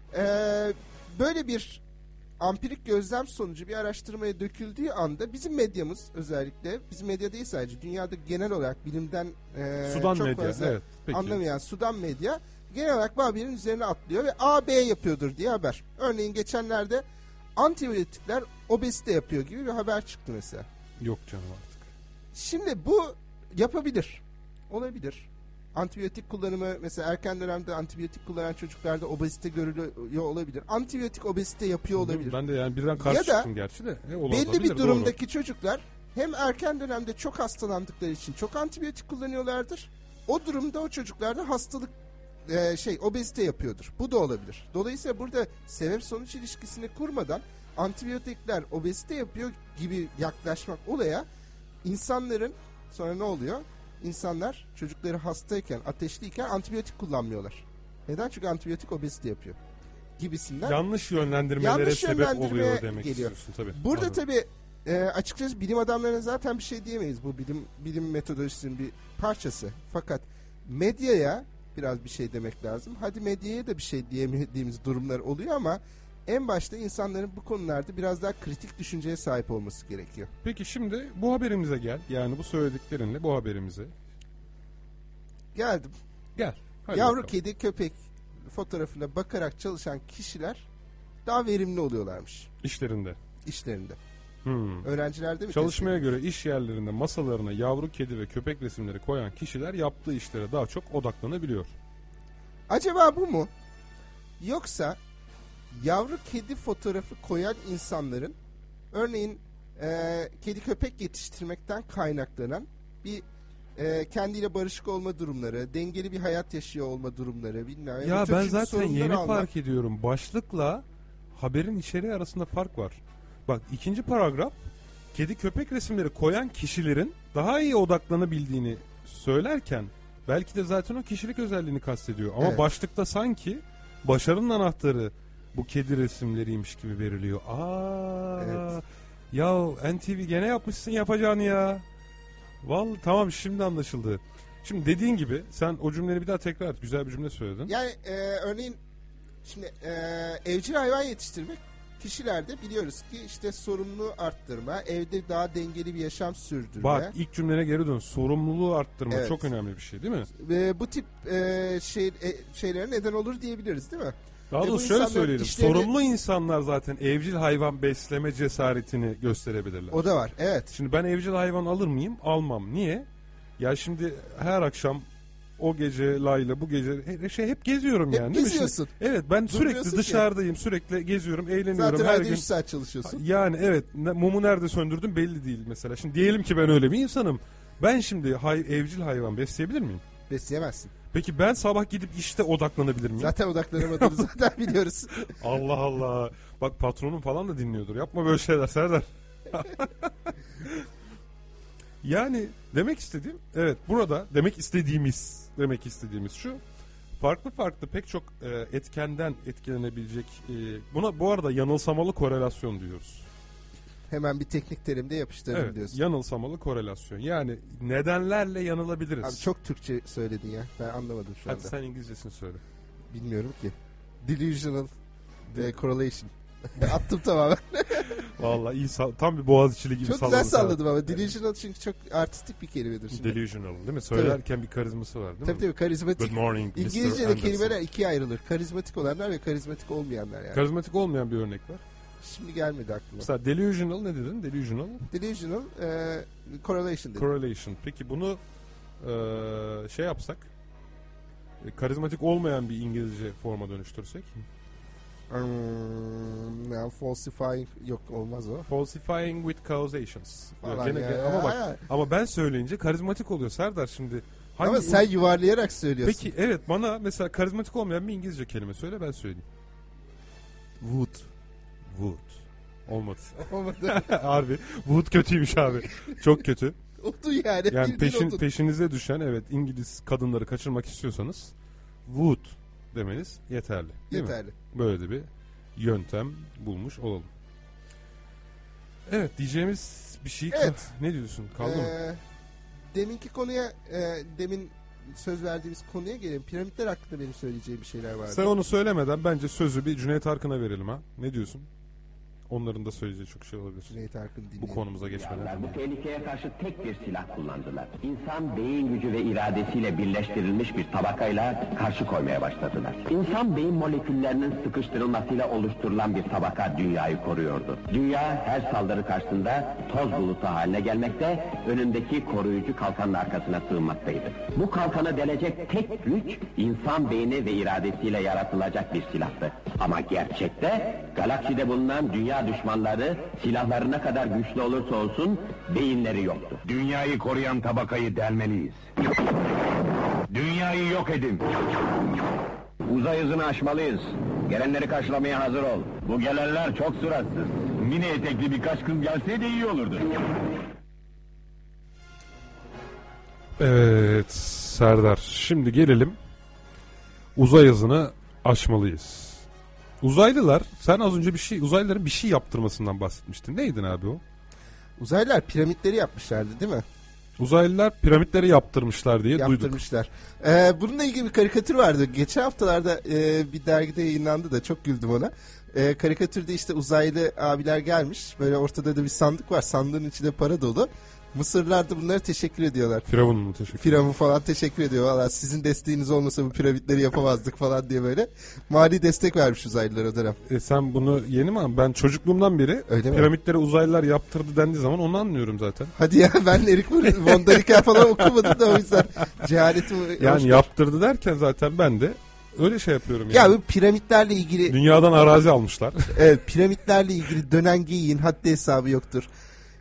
Ee, böyle bir ampirik gözlem sonucu bir araştırmaya döküldüğü anda bizim medyamız özellikle, bizim medya değil sadece dünyada genel olarak bilimden e, Sudan çok medya. fazla Evet. Peki. anlamayan Sudan medya genel olarak bu haberin üzerine atlıyor ve A B yapıyordur diye haber. Örneğin geçenlerde antibiyotikler obezite yapıyor gibi bir haber çıktı mesela. Yok canım artık. Şimdi bu yapabilir. Olabilir. Antibiyotik kullanımı mesela erken dönemde antibiyotik kullanan çocuklarda obezite görülüyor olabilir. Antibiyotik obezite yapıyor olabilir. Ben de yani birden karşı Ya da çıktım gerçi de. E, olabilir, Belli bir doğru. durumdaki çocuklar hem erken dönemde çok hastalandıkları için çok antibiyotik kullanıyorlardır. O durumda o çocuklarda hastalık e, şey obezite yapıyordur. Bu da olabilir. Dolayısıyla burada sebep sonuç ilişkisini kurmadan antibiyotikler obezite yapıyor gibi yaklaşmak olaya insanların sonra ne oluyor? İnsanlar çocukları hastayken, ateşliyken antibiyotik kullanmıyorlar. Neden? Çünkü antibiyotik obezite yapıyor. Gibisinden. Yanlış yönlendirmelere Yanlış sebep yönlendirmeye oluyor demek geliyor. istiyorsun tabii. Burada Anladım. tabii e, açıkçası bilim adamlarına zaten bir şey diyemeyiz. Bu bilim bilim metodolojisinin bir parçası. Fakat medyaya biraz bir şey demek lazım. Hadi medyaya da bir şey diyemediğimiz durumlar oluyor ama en başta insanların bu konularda biraz daha kritik düşünceye sahip olması gerekiyor. Peki şimdi bu haberimize gel. Yani bu söylediklerinle bu haberimize Geldim. gel. Hadi Yavru bakalım. kedi, köpek fotoğrafına bakarak çalışan kişiler daha verimli oluyorlarmış İşlerinde. işlerinde. Hmm. Öğrencilerde mi? Çalışmaya göre iş yerlerinde masalarına yavru kedi ve köpek resimleri koyan kişiler yaptığı işlere daha çok odaklanabiliyor. Acaba bu mu? Yoksa yavru kedi fotoğrafı koyan insanların örneğin e, kedi köpek yetiştirmekten kaynaklanan bir e, kendiyle barışık olma durumları, dengeli bir hayat yaşıyor olma durumları, bilmem. Ya Bu tür ben çünkü zaten sorunları yeni almak- fark ediyorum. Başlıkla haberin içeriği arasında fark var. Bak ikinci paragraf kedi köpek resimleri koyan kişilerin daha iyi odaklanabildiğini söylerken belki de zaten o kişilik özelliğini kastediyor. Ama Evet. başlıkta sanki başarının anahtarı bu kedi resimleriymiş gibi veriliyor. Aa, Evet. ya N T V gene yapmışsın yapacağını ya. Vallahi tamam şimdi anlaşıldı. Şimdi dediğin gibi sen o cümleleri bir daha tekrar et. Güzel bir cümle söyledin. Yani e, örneğin şimdi e, evcil hayvan yetiştirmek kişilerde biliyoruz ki işte sorumluluğu arttırma, evde daha dengeli bir yaşam sürdürme. Bak ilk cümlene geri dön. Sorumluluğu arttırma Evet. çok önemli bir şey değil mi? E, bu tip e, şey e, şeylere neden olur diyebiliriz değil mi? Daha Ve bu doğrusu şöyle insanların söyleyelim. işlerini- Sorumlu insanlar zaten evcil hayvan besleme cesaretini gösterebilirler. O da var. Evet. Şimdi ben evcil hayvan alır mıyım? Almam. Niye? Ya şimdi her akşam o gece Layla bu gece he- şey hep geziyorum Hep yani. değil mi? Şimdi- geziyorsun. evet ben sürekli Durmuyorsun ki. dışarıdayım. Sürekli geziyorum, eğleniyorum Zaten her her gün. üç saat çalışıyorsun. Yani evet ne- mumu nerede söndürdüm belli değil mesela. Şimdi diyelim ki ben öyle bir insanım. Ben şimdi hay, evcil hayvan besleyebilir miyim? Besleyemezsin. Peki ben sabah gidip işte odaklanabilir miyim? Zaten odaklanamadığını zaten biliyoruz. Allah Allah. Bak patronum falan da dinliyordur. Yapma böyle şeyler Serdar. Yani demek istediğim evet burada demek istediğimiz demek istediğimiz şu. Farklı farklı pek çok e, etkenden etkilenebilecek e, buna bu arada yanılsamalı korelasyon diyoruz. Hemen bir teknik terimde yapıştırdım Evet, diyorsun. yanılsamalı korelasyon. Yani nedenlerle yanılabiliriz. Abi çok Türkçe söyledin ya. Ben anlamadım şu Hadi anda. sen İngilizcesini söyle. Bilmiyorum ki. Delusional e, correlation. Attım tamamen. Vallahi iyi sal- tam bir Boğaziçi'li gibi Çok salladım. güzel salladım ama. Delusional çünkü çok artistik bir kelimedir şimdi. Delusional değil mi? Söylerken bir karizması var değil Tabii mi? tabii karizmatik. Good morning mister İngilizce'de Anderson. kelimeler ikiye ayrılır. Karizmatik olanlar ve karizmatik olmayanlar yani. Karizmatik olmayan bir örnek var. Şimdi gelmedi aklıma. Mesela delusional ne dedin? Delusional Delusional e, correlation dedim. correlation. Peki bunu e, şey yapsak e, karizmatik olmayan bir İngilizce forma dönüştürsek Hmm, ya, falsifying yok olmaz o. falsifying with causations. Falan Gene- ya. gene- ama bak ama ben söyleyince karizmatik oluyor Serdar şimdi. Hangi Ama sen yuvarlayarak söylüyorsun. Peki evet bana mesela karizmatik olmayan bir İngilizce kelime söyle ben söyleyeyim. Wood. Wood. Olmadı. Olmadı. Harbi. Wood kötüymüş abi. Çok kötü. Oldu yani. Yani bildiğin peşin, oldu. peşinize düşen evet İngiliz kadınları kaçırmak istiyorsanız would demeniz yeterli. Değil mi? Yeterli. Böyle de bir yöntem bulmuş olalım. Evet diyeceğimiz bir şey Evet. ne diyorsun? Kaldı mı? Ee, deminki konuya e, demin söz verdiğimiz konuya gelelim. Piramitler hakkında benim söyleyeceğim bir şeyler vardı. Sen onu söylemeden bence sözü bir Cüneyt Arkın'a verelim ha. Ne diyorsun? Onların da söyleyeceği çok şey olabilir. Cüneyt Arkın dinleyelim. Bu konumuza geçmeden. Dünyalar bu tehlikeye karşı tek bir silah kullandılar. İnsan beyin gücü ve iradesiyle birleştirilmiş bir tabakayla karşı koymaya başladılar. İnsan beyin moleküllerinin sıkıştırılmasıyla oluşturulan bir tabaka dünyayı koruyordu. Dünya her saldırı karşısında toz bulutu haline gelmekte, önündeki koruyucu kalkanın arkasına sığınmaktaydı. Bu kalkanı delecek tek güç insan beyni ve iradesiyle yaratılacak bir silahtı. Ama gerçekte galakside bulunan dünya düşmanları silahları ne kadar güçlü olursa olsun beyinleri yoktu. Dünyayı koruyan tabakayı delmeliyiz. Dünyayı yok edin. Uzay hızını aşmalıyız. Gelenleri karşılamaya hazır ol. Bu gelenler çok suratsız. Mini etekli birkaç kız gelseydi iyi olurdu. Evet Serdar şimdi gelelim uzay hızını aşmalıyız. Uzaylılar sen az önce bir şey uzaylıların bir şey yaptırmasından bahsetmiştin. Neydin abi o? Uzaylılar piramitleri yapmışlardı değil mi? Uzaylılar piramitleri yaptırmışlar diye duyduk. Yaptırmışlar. Ee, bununla ilgili bir karikatür vardı. Geçen haftalarda e, bir dergide yayınlandı da çok güldüm ona. E, karikatürde işte uzaylı abiler gelmiş. Böyle ortada da bir sandık var. Sandığın içinde para dolu. Mısırlılar da bunlara teşekkür ediyorlar. Firavun mu teşekkür Firavun falan teşekkür ediyor. Valla sizin desteğiniz olmasa bu piramitleri yapamazdık falan diye böyle. Mali destek vermiş uzaylılar o dönem. E sen bunu yeni mi? Ben çocukluğumdan beri Öyle mi? piramitleri uzaylılar yaptırdı dendiği zaman onu anlıyorum zaten. Hadi ya ben Erik von Däniken falan okumadım da o yüzden cehaletimi... Yani yaptırdı derken zaten ben de öyle şey yapıyorum Ya yani. bu piramitlerle ilgili... Dünyadan arazi almışlar. Evet, piramitlerle ilgili dönen geyiğin haddi hesabı yoktur.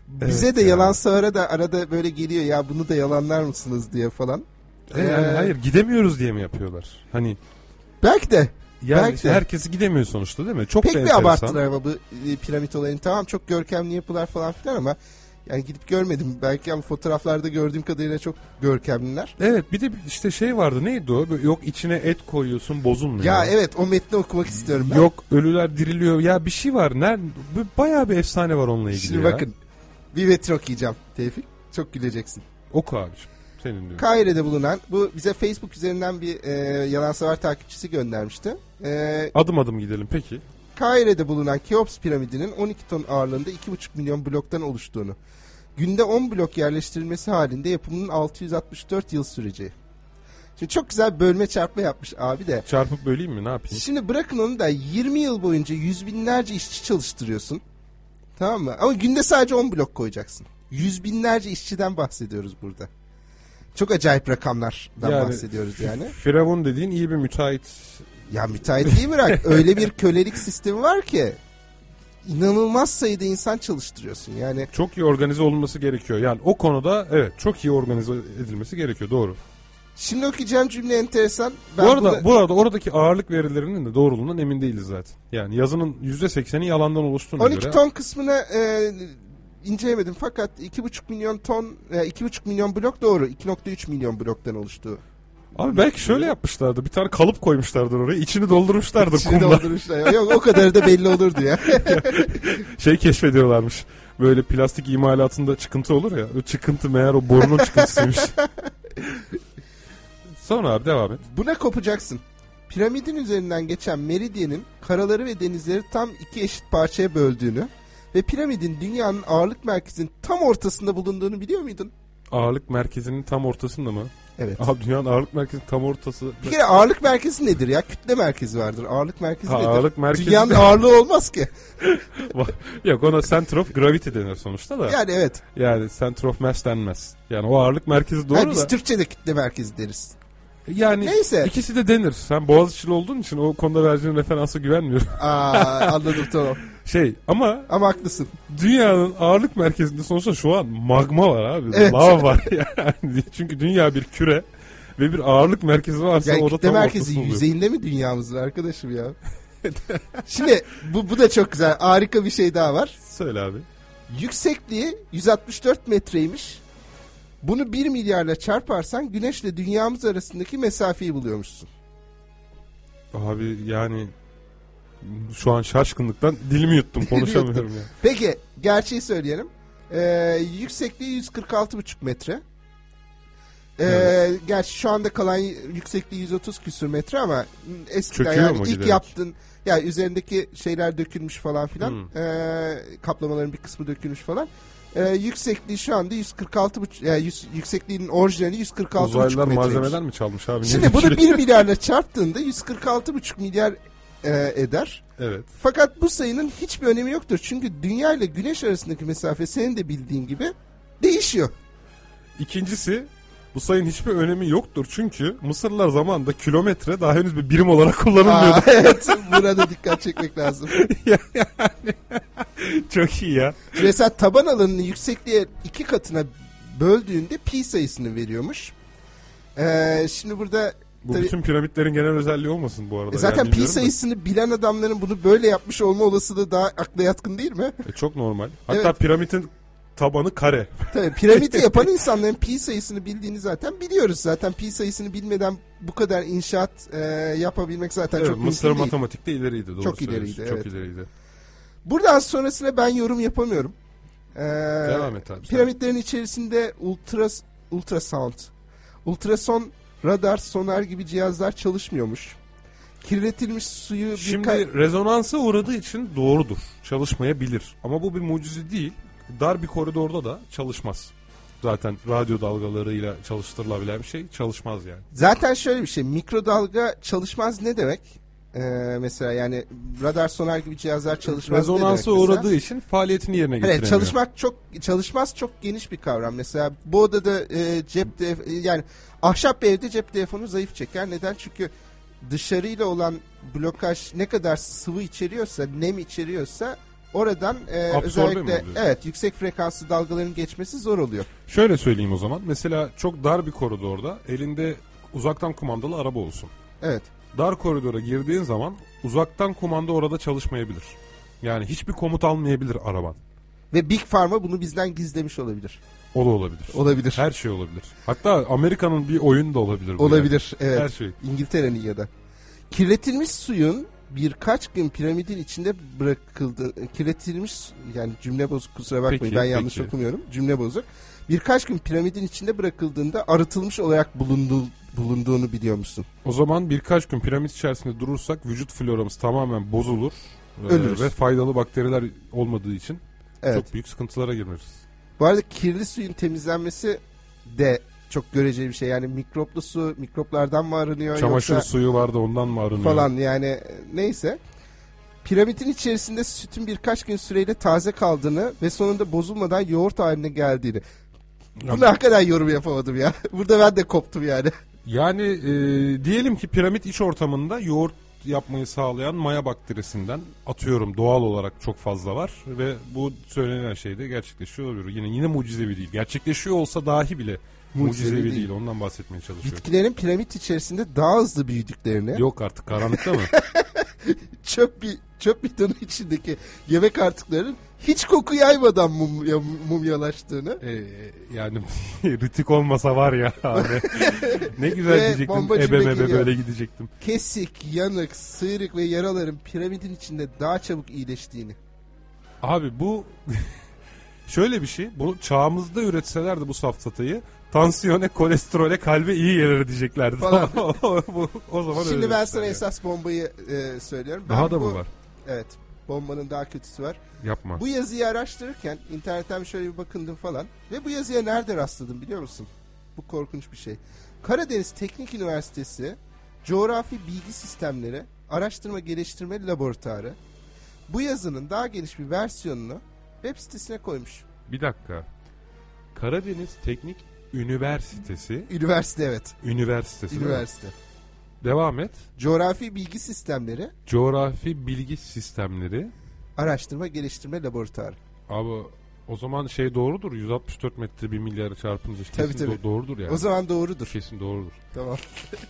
bize Evet de ya. yalan sağara da arada böyle geliyor ya bunu da yalanlar mısınız diye falan. E, yani Ee, hayır gidemiyoruz diye mi yapıyorlar? Hani Belki de. yani Belki işte de. herkesi gidemiyor sonuçta değil mi? Çok Pek da bir enteresan. abarttılar ama bu e, piramit olayını. Tamam çok görkemli yapılar falan filan ama yani gidip görmedim. Belki ama fotoğraflarda gördüğüm kadarıyla çok görkemliler. Evet bir de işte şey vardı neydi o? Böyle, yok içine et koyuyorsun bozulmuyor. Ya evet o metni okumak istiyorum ben. Yok ölüler diriliyor. Ya bir şey var. Nerede? Bayağı bir efsane var onunla ilgili Şimdi ya. bakın bir metin okuyacağım Tevfik. Çok güleceksin. Oku abiciğim. Senin diyorum. Kaire'de bulunan bu bize Facebook üzerinden bir e, yalansever takipçisi göndermişti. E, Adım adım gidelim peki. Kaire'de bulunan Keops piramidinin on iki ton ağırlığında iki buçuk milyon bloktan oluştuğunu, günde on blok yerleştirilmesi halinde yapımının altı yüz altmış dört yıl süreceği. Şimdi çok güzel bölme çarpma yapmış abi de. Çarpıp böleyim mi ne yapayım? Şimdi bırakın onu da yirmi yıl boyunca yüz binlerce işçi çalıştırıyorsun. Tamam mı? Ama günde sadece on blok koyacaksın. Yüz binlerce işçiden bahsediyoruz burada. Çok acayip rakamlardan Yani, bahsediyoruz yani. Firavun dediğin iyi bir müteahhit. Ya müteahhitliği bırak. Öyle bir kölelik sistemi var ki inanılmaz sayıda insan çalıştırıyorsun. Yani Çok iyi organize olması gerekiyor. Yani o konuda evet çok iyi organize edilmesi gerekiyor doğru. şimdi okuyacağım cümle enteresan. Ben bu arada burada- bu arada oradaki ağırlık verilerinin de doğruluğundan emin değiliz zaten. Yani yazının yüzde sekseni yalandan oluştuğuna on iki göre. ton kısmını e, incelemedim fakat iki buçuk milyon ton e, iki buçuk milyon blok doğru. iki nokta üç milyon bloktan oluştu. Abi belki şöyle yapmışlardı. Bir tane kalıp koymuşlardır oraya. İçini doldurmuşlardır İçini kumla. doldurmuşlar. Yok o kadar da belli olurdu ya. Şey keşfediyorlarmış. Böyle plastik imalatında çıkıntı olur ya. O çıkıntı meğer o borunun çıkıntısıymış. Sonra abi devam et. Buna kopacaksın. Piramidin üzerinden geçen meridyenin karaları ve denizleri tam iki eşit parçaya böldüğünü ve piramidin dünyanın ağırlık merkezinin tam ortasında bulunduğunu biliyor muydun? Ağırlık merkezinin tam ortasında mı? Evet. Abi dünyanın ağırlık merkezinin tam ortası. Bir kere ağırlık merkezi nedir ya? Kütle merkezi vardır. Ağırlık merkezi Ha, nedir? ağırlık merkezi Dünyanın de- ağırlığı olmaz ki. Yok ona center of gravity denir sonuçta da. Yani evet. Yani center of mass denmez. Yani o ağırlık merkezi doğru Ha, biz da. Türkçe'de kütle merkezi deriz. Yani Neyse. ikisi de denir. Sen Boğaziçi'li olduğun için o konuda vereceğin referansa güvenmiyorum. Aa, anladım tamam. Şey ama Ama haklısın. dünyanın ağırlık merkezinde sonuçta şu an magma var abi. Evet. Lav var yani. Çünkü dünya bir küre ve bir ağırlık merkezi varsa Yani o da kütle tam merkezi ortasında oluyor. yüzeyinde mi dünyamız var arkadaşım ya? Şimdi bu, bu da çok güzel. Harika bir şey daha var. Söyle abi. Yüksekliği yüz altmış dört metreymiş. Bunu bir milyarla çarparsan güneşle dünyamız arasındaki mesafeyi buluyormuşsun. Abi yani şu an şaşkınlıktan dilimi yuttum konuşamıyorum ya. Peki gerçeği söyleyelim. Ee, yüksekliği yüz kırk altı buçuk metre. Ee, Evet. Gerçi şu anda kalan yüksekliği yüz otuz küsür metre ama eskiden Çöküyor yani mu ilk giderek? yaptın ya üzerindeki şeyler dökülmüş falan filan. Hmm. Ee, kaplamaların bir kısmı dökülmüş falan. Ee, yüksekliği şu anda yüz kırk altı buçuk yani yüz, yüksekliğinin orijinali yüz kırk altı buçuk Uzaylılar metreymiş. malzemeden mi çalmış abi? Ne Şimdi bunu düşünüyorsun? bir milyarla çarptığında yüz kırk altı buçuk milyar e, eder. Evet. Fakat bu sayının hiçbir önemi yoktur. Çünkü dünya ile güneş arasındaki mesafe senin de bildiğin gibi değişiyor. İkincisi bu sayının hiçbir önemi yoktur. Çünkü Mısırlılar zamanında kilometre daha henüz bir birim olarak kullanılmıyordu. Aa, evet, burada dikkat çekmek lazım. Çok iyi ya. Mesela taban alanını yüksekliğe iki katına böldüğünde pi sayısını veriyormuş. Ee, şimdi burada Bu tabii, bütün piramitlerin genel özelliği olmasın bu arada. e zaten Yani pi bilmiyorum da. sayısını bilen adamların bunu böyle yapmış olma olasılığı daha akla yatkın değil mi? E, çok normal. Hatta Evet. piramidin tabanı kare. Tabii piramidi yapan insanların pi sayısını bildiğini zaten biliyoruz. Zaten pi sayısını bilmeden bu kadar inşaat e, yapabilmek zaten Evet, çok Mısır mümkün değil. matematikte ileriydi. Doğru Çok söylüyorsun. ileriydi, Çok evet. ileriydi. Buradan sonrasına ben yorum yapamıyorum. Ee, Devam et abi. sen. Piramitlerin içerisinde ultra, ultrasound, ultrason, radar, sonar gibi cihazlar çalışmıyormuş. Kirletilmiş suyu bir Şimdi ka- rezonansa uğradığı için doğrudur. Çalışmayabilir. Ama bu bir mucize değil. Dar bir koridorda da çalışmaz. Zaten radyo dalgalarıyla çalıştırılabilen bir şey çalışmaz yani. Zaten şöyle bir şey, mikrodalga çalışmaz ne demek? Ee, mesela yani radar, sonar gibi cihazlar çalışmaz ne demek Rezonansa mesela? uğradığı için faaliyetini yerine getiremiyor. Evet, çalışmak çok çalışmaz çok geniş bir kavram. Mesela bu odada e, cep telef- yani ahşap bir evde cep telefonu zayıf çeker. Neden? Çünkü dışarıyla olan blokaj ne kadar sıvı içeriyorsa, nem içeriyorsa oradan e, Absorbe mi özellikle oluyor? evet yüksek frekanslı dalgaların geçmesi zor oluyor. Şöyle söyleyeyim o zaman. Mesela çok dar bir koridorda elinde uzaktan kumandalı araba olsun. Evet. Dar koridora girdiğin zaman uzaktan kumanda orada çalışmayabilir. Yani hiçbir komut almayabilir araban. Ve Big Pharma bunu bizden gizlemiş olabilir. O da olabilir. Olabilir. Her şey olabilir. Hatta Amerika'nın bir oyunu da olabilir. Bu Olabilir. yani. Evet. Her şey. İngiltere'nin ya da. Kirletilmiş suyun birkaç gün piramidin içinde bırakıldı. Kirletilmiş yani cümle bozuk kusura bakmayın Peki, ben yanlış peki. okumuyorum. Cümle bozuk. Birkaç gün piramidin içinde bırakıldığında arıtılmış olarak bulunduğu, bulunduğunu biliyor musun? O zaman birkaç gün piramit içerisinde durursak vücut floramız tamamen bozulur. Ölürüz. Ee, ve faydalı bakteriler olmadığı için Evet. çok büyük sıkıntılara gireriz. Bu arada kirli suyun temizlenmesi de çok göreceli bir şey. Yani mikroplu su mikroplardan mı arınıyor Çamaşır yoksa suyu vardı ondan mı arınıyor? falan yani neyse. Piramidin içerisinde sütün birkaç gün süreyle taze kaldığını ve sonunda bozulmadan yoğurt haline geldiğini. Buna hakikaten yorum yapamadım ya. Burada ben de koptum yani. Yani e, diyelim ki piramit iç ortamında yoğurt yapmayı sağlayan maya bakterisinden atıyorum doğal olarak çok fazla var ve bu söylenen şey de gerçekleşiyor oluyor. Yine yine mucizevi değil. Gerçekleşiyor olsa dahi bile mucizevi, Mucizevi değil. değil. Ondan bahsetmeye çalışıyorum. Bitkilerin piramit içerisinde daha hızlı büyüdüklerini, Yok artık karanlıkta mı? çöp bir çöp bidonu içindeki yemek artıklarının hiç koku yaymadan mumya, mumyalaştığını Ee, yani ritik olmasa var ya abi. Ne güzel Ve diyecektim. bombacı Ebe mebe geliyor. böyle gidecektim. kesik, yanık, sıyrık ve yaraların piramidin içinde daha çabuk iyileştiğini. Abi bu şöyle bir şey. Bunu çağımızda üretselerdi bu safsatayı tansiyona, kolesterole, kalbe iyi gelir diyeceklerdi. Falan. bu, o zaman Şimdi öyle ben demişler sana yani. esas bombayı e, söylüyorum. Ben Daha da bu- mı var? Evet. Bombanın daha kötüsü var. Yapma. Bu yazıyı araştırırken internetten şöyle bir bakındım falan ve bu yazıya nerede rastladım biliyor musun? Bu korkunç bir şey. Karadeniz Teknik Üniversitesi Coğrafi Bilgi Sistemleri Araştırma Geliştirme Laboratuvarı bu yazının daha geniş bir versiyonunu web sitesine koymuş. Bir dakika. Karadeniz Teknik Üniversitesi. Üniversite evet. Üniversitesi. değil mi? Üniversite. Devam et. Coğrafi Bilgi Sistemleri Coğrafi Bilgi Sistemleri. Araştırma Geliştirme Laboratuvarı. Abi o zaman şey doğrudur. yüz altmış dört metre bir milyarı çarpınca kesin Tabii, tabii. do- doğrudur yani. O zaman doğrudur. Kesin doğrudur. Tamam.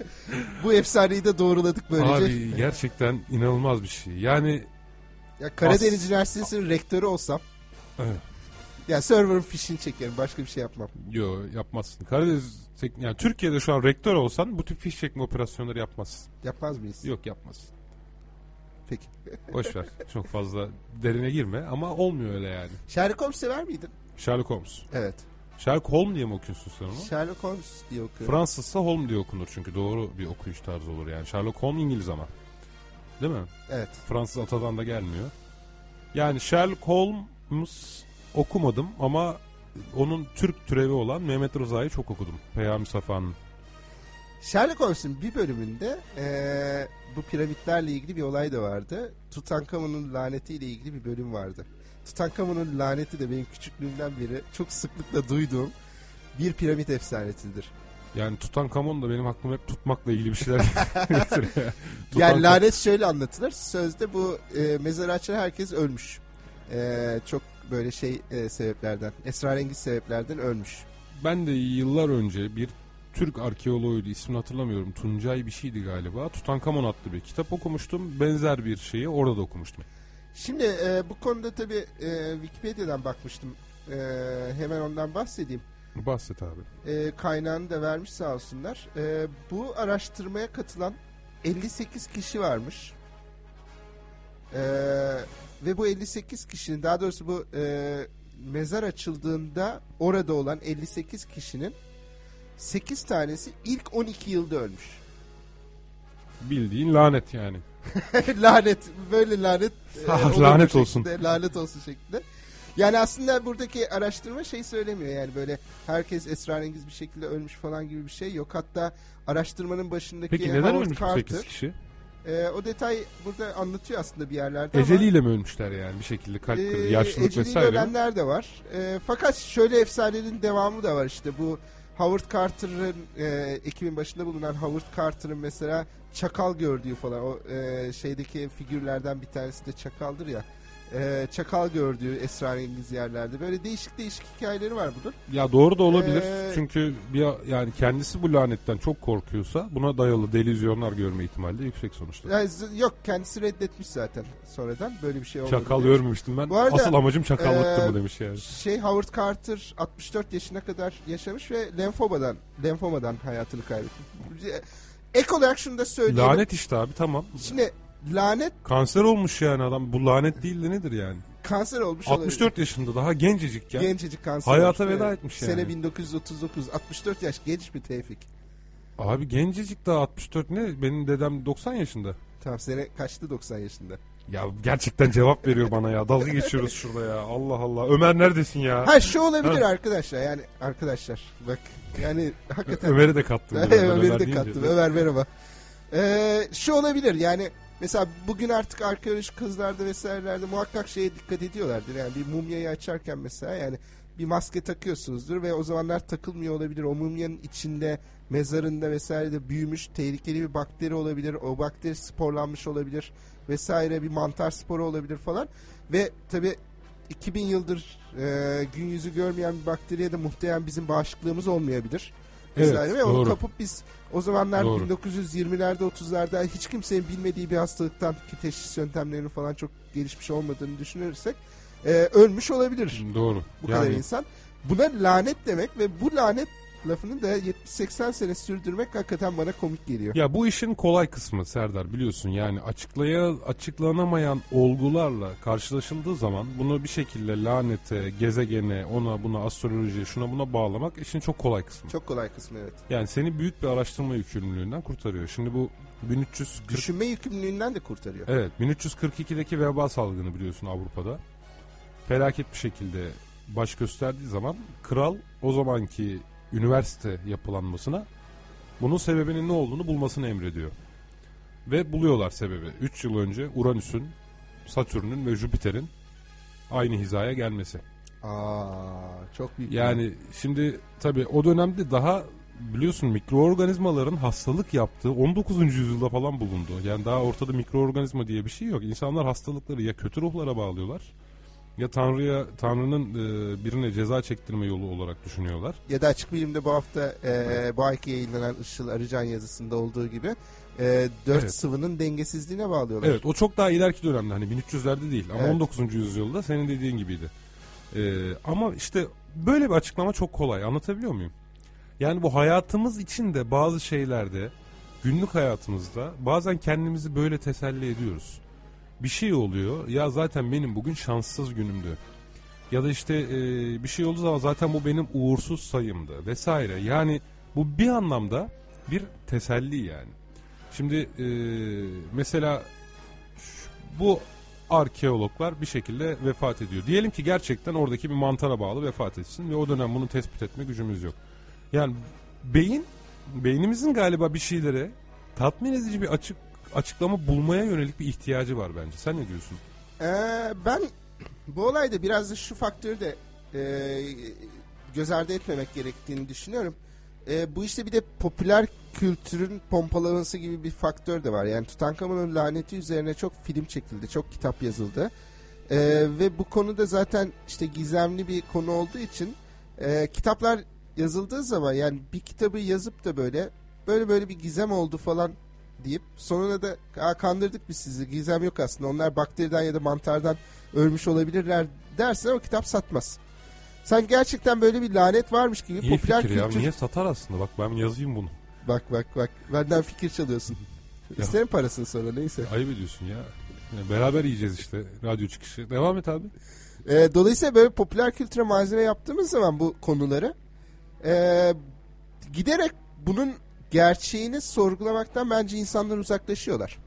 Bu efsaneyi de doğruladık böylece. Abi gerçekten inanılmaz bir şey. Yani Ya Karadeniz As- Üniversitesi'nin rektörü olsam evet. ya server'ın fişini çekerim. Başka bir şey yapmam. Yo yapmazsın. Karadeniz Tek- yani Türkiye'de şu an rektör olsan bu tip fiş çekme operasyonları yapmazsın. Yapmaz mıyız? Yok yapmazsın. Peki. Boş ver. Çok fazla derine girme ama olmuyor öyle yani. Sherlock Holmes sever miydin? Sherlock Holmes. Evet. Sherlock Holmes diye mi okuyorsun sen onu? Sherlock Holmes diye okuyorum. Fransızsa Holmes diye okunur çünkü doğru bir okuyuş tarzı olur yani. Sherlock Holmes İngiliz ama. Değil mi? Evet. Fransız atadan da gelmiyor. Yani Sherlock Holmes okumadım ama onun Türk türevi olan Mehmet Rıza'yı çok okudum. Peyami Safa'nın. Sherlock Holmes'un bir bölümünde eee, bu piramitlerle ilgili bir olay da vardı. Tutankamon'un lanetiyle ilgili bir bölüm vardı. Tutankamon'un laneti de benim küçüklüğümden beri çok sıklıkla duyduğum bir piramit efsanesidir. Yani Tutankamon da benim aklıma hep tutmakla ilgili bir şeyler getiriyor. Yani lanet şöyle anlatılır. Sözde bu e, mezarı açan herkes ölmüş. E, çok böyle şey e, sebeplerden, esrarengiz sebeplerden ölmüş. Ben de yıllar önce bir Türk arkeoloğuydu, ismini hatırlamıyorum. Tuncay bir şeydi galiba. Tutankamon adlı bir kitap okumuştum. Benzer bir şeyi orada da okumuştum. Şimdi e, bu konuda tabii e, Wikipedia'dan bakmıştım. E, hemen ondan bahsedeyim. Bahset abi. E, kaynağını da vermiş sağ olsunlar. E, bu araştırmaya katılan elli sekiz kişi varmış. E, ve bu elli sekiz kişinin, daha doğrusu bu e, mezar açıldığında orada olan elli sekiz kişinin sekiz tanesi ilk on iki yılda ölmüş. Bildiğin lanet yani. Lanet, böyle lanet e, Ah, olur lanet bu olsun. şekilde, lanet olsun şeklinde. Yani aslında buradaki araştırma şey söylemiyor, yani böyle herkes esrarengiz bir şekilde ölmüş falan gibi bir şey yok. Hatta araştırmanın başındaki Peki neden Howard ölmüş bu Carter, sekiz kişi? e, o detay burada anlatıyor aslında bir yerlerde. Eceliyle mi ölmüşler yani bir şekilde kalp ama, krizi, e, yaşlılık eceliyle vesaire mi? ölenler de var. E, fakat şöyle efsanelerin devamı da var işte, bu Howard Carter'ın e, ekibin başında bulunan Howard Carter'ın mesela çakal gördüğü falan, o e, şeydeki figürlerden bir tanesi de çakaldır ya. e, çakal gördüğü esrarengiz yerlerde. Böyle değişik değişik hikayeleri var bunun. Ya doğru da olabilir. Ee, Çünkü bir yani kendisi bu lanetten çok korkuyorsa buna dayalı delizyonlar görme ihtimali de yüksek sonuçta. Yani z- yok, kendisi reddetmiş zaten sonradan. Böyle bir şey olmadı. Çakal diye. görmemiştim ben. Bu arada, Asıl amacım çakallıktı e, mı demiş yani. Şey Howard Carter altmış dört yaşına kadar yaşamış ve lenfomadan lenfomadan hayatını kaybetmiş. Ek olarak şunu da söyleyelim. Lanet işte abi, tamam. Şimdi lanet Kanser olmuş yani adam. Bu lanet değil de nedir yani? kanser olmuş altmış dört olabilir. yaşında daha gencecikken Gencecik kanser hayata olmuş. veda Evet. etmiş yani. Sene bin dokuz yüz otuz dokuz. altmış dört yaş genç mi Tevfik? Abi gencecik daha altmış dört ne? Benim dedem doksan yaşında. Tamam, sene kaçtı doksan yaşında? Ya gerçekten cevap veriyor bana ya. Dalga geçiyoruz şurada ya. Allah Allah. Ömer neredesin ya? Ha şu olabilir Ha. arkadaşlar, yani arkadaşlar bak yani hakikaten Ömer'i de kattım. Evet, buraya, ben Ömer'i Ömer de deyince. kattım. Ömer merhaba. Ee, şu olabilir yani, mesela bugün artık arkeolojik kazılarda vesairelerde muhakkak şeye dikkat ediyorlardır. Yani bir mumyayı açarken mesela yani bir maske takıyorsunuzdur ve o zamanlar takılmıyor olabilir. O mumyanın içinde, mezarında vesairede büyümüş tehlikeli bir bakteri olabilir. O bakteri sporlanmış olabilir vesaire, bir mantar sporu olabilir falan. Ve tabii iki bin yıldır e, gün yüzü görmeyen bir bakteriye de muhtemelen bizim bağışıklığımız olmayabilir. Evet, Vesaire. Ve onu doğru. kapıp biz o zamanlar Doğru. bin dokuz yüz yirmilerde otuzlarda hiç kimsenin bilmediği bir hastalıktan, ki teşhis yöntemlerinin falan çok gelişmiş olmadığını düşünürsek e, ölmüş olabilir Doğru. bu Yani kadar insan. Buna lanet demek ve bu lanet lafını da yetmiş seksen sene sürdürmek hakikaten bana komik geliyor. ya bu işin kolay kısmı Serdar, biliyorsun yani açıklaya açıklanamayan olgularla karşılaşıldığı zaman bunu bir şekilde lanete, gezegene, ona buna, astrolojiye, şuna buna bağlamak işin çok kolay kısmı. Çok kolay kısmı, evet. Yani seni büyük bir araştırma yükümlülüğünden kurtarıyor. Şimdi bu bin üç yüz kırk Düşünme yükümlülüğünden de kurtarıyor. Evet, bin üç yüz kırk ikideki veba salgını biliyorsun Avrupa'da. Felaket bir şekilde baş gösterdiği zaman kral o zamanki üniversite yapılanmasına bunun sebebinin ne olduğunu bulmasını emrediyor. Ve buluyorlar sebebi. üç yıl önce Uranüs'ün, Satürn'ün ve Jüpiter'in aynı hizaya gelmesi. Aa, çok büyük. Yani şimdi tabii o dönemde daha biliyorsun mikroorganizmaların hastalık yaptığı on dokuzuncu yüzyılda falan bulundu. Yani daha ortada mikroorganizma diye bir şey yok. İnsanlar hastalıkları ya kötü ruhlara bağlıyorlar ya Tanrı'ya, Tanrı'nın e, birine ceza çektirme yolu olarak düşünüyorlar. Ya da Açık Bilim'de bu hafta e, bu ayki yayınlanan Işıl Arıcan yazısında olduğu gibi e, dört Evet. sıvının dengesizliğine bağlıyorlar. Evet, o çok daha ileriki dönemde, hani bin üç yüzlerde değil ama Evet. on dokuzuncu yüzyılda senin dediğin gibiydi. Ee, ama işte böyle bir açıklama çok kolay, anlatabiliyor muyum? Yani bu hayatımız içinde bazı şeylerde, günlük hayatımızda bazen kendimizi böyle teselli ediyoruz. Bir şey oluyor, ya zaten benim bugün şanssız günümdü. Ya da işte e, bir şey olduğu zaman zaten bu benim uğursuz sayımdı vesaire. Yani bu bir anlamda bir teselli yani. Şimdi e, mesela şu- bu arkeologlar bir şekilde vefat ediyor. Diyelim ki gerçekten oradaki bir mantara bağlı vefat etsin ve o dönem bunu tespit etme gücümüz yok. Yani beyin, beynimizin galiba bir şeylere tatmin edici bir açık açıklama bulmaya yönelik bir ihtiyacı var bence. Sen ne diyorsun? Ee, ben bu olayda biraz da şu faktörü de e, göz ardı etmemek gerektiğini düşünüyorum. E, bu işte bir de popüler kültürün pompalaması gibi bir faktör de var. Yani Tutankamon'un laneti üzerine çok film çekildi, çok kitap yazıldı. E, ve bu konuda zaten işte gizemli bir konu olduğu için e, kitaplar yazıldığı zaman, yani bir kitabı yazıp da böyle böyle böyle bir gizem oldu falan deyip sonuna da "Aa, kandırdık biz sizi, gizem yok aslında, onlar bakteriden ya da mantardan ölmüş olabilirler" dersen o kitap satmaz. Sen gerçekten böyle bir lanet varmış gibi İyi popüler fikir ya. kültür... Niye satar aslında? Bak ben yazayım bunu. Bak bak bak, benden fikir çalıyorsun. Ya. İsterim parasını sonra, neyse. Ayıp ediyorsun ya. Yani beraber yiyeceğiz işte radyo çıkışı. Devam et abi. Ee, dolayısıyla böyle popüler kültüre malzeme yaptığımız zaman bu konuları e, giderek bunun gerçeğini sorgulamaktan bence insanlar uzaklaşıyorlar.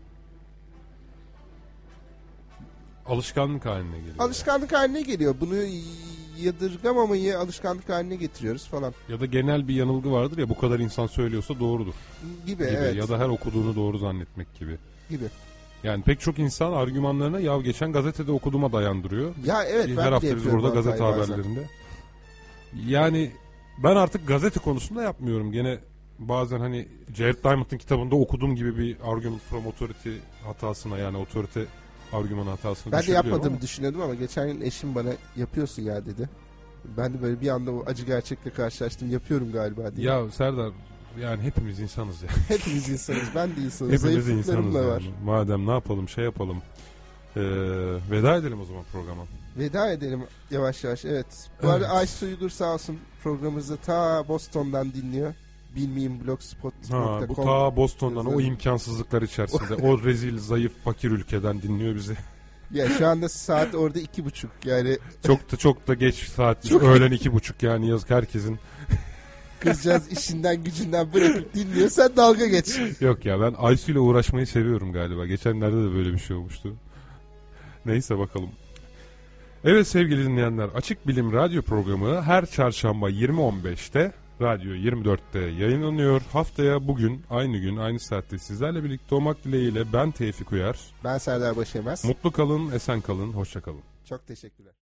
Alışkanlık haline geliyor. Alışkanlık haline geliyor. Bunu yadırgamamayı alışkanlık haline getiriyoruz falan Ya da genel bir yanılgı vardır ya, bu kadar insan söylüyorsa doğrudur gibi, gibi. evet. Ya da her okuduğunu doğru zannetmek gibi. gibi. Yani pek çok insan argümanlarına ya geçen gazetede okuduğuma dayandırıyor. Ya evet, ben Her de hafta biz yapıyorum burada o gazete hatayı bazen. haberlerinde. Yani ben artık gazete konusunda yapmıyorum. Gene bazen hani Jared Diamond'ın kitabında okuduğum gibi bir argument from authority hatasına, yani otorite argüman hatasını Ben de düşebiliyorum yapmadığımı ama- düşünüyordum ama geçen gün eşim bana yapıyorsun ya dedi. Ben de böyle bir anda o acı gerçekle karşılaştım. Yapıyorum galiba diye. Ya Serdar, yani hepimiz insanız ya. Hepimiz insanız. Ben de insanım. Hepimiz Zayıflıklarım insanız da yani. var. Madem ne yapalım, şey yapalım. Ee, veda edelim o zaman programa. Veda edelim yavaş yavaş. Evet. Bu Evet. arada Aysu Uygur sağ olsun programımızı ta Boston'dan dinliyor. Bilmeyeyim blogspot nokta com. Ha, bu ta Boston'dan o Yazarım. imkansızlıklar içerisinde o rezil, zayıf, fakir ülkeden dinliyor bizi. Ya şu anda saat orada iki buçuk. Yani Çok da çok da geç saat. Çok- Öğlen iki buçuk yani, yazık herkesin. kızcağız işinden gücünden bırakıp dinliyor. Sen dalga geç. Yok ya, ben Aysu ile uğraşmayı seviyorum galiba. Geçenlerde de böyle bir şey olmuştu. Neyse bakalım. Evet sevgili dinleyenler, Açık Bilim Radyo programı her çarşamba yirmi on beşte, Radyo yirmi dörtte yayınlanıyor. Haftaya bugün aynı gün aynı saatte sizlerle birlikte olmak dileğiyle ben Tevfik Uyar. Ben Serdar Başemez. Mutlu kalın, esen kalın, hoşça kalın. Çok teşekkürler.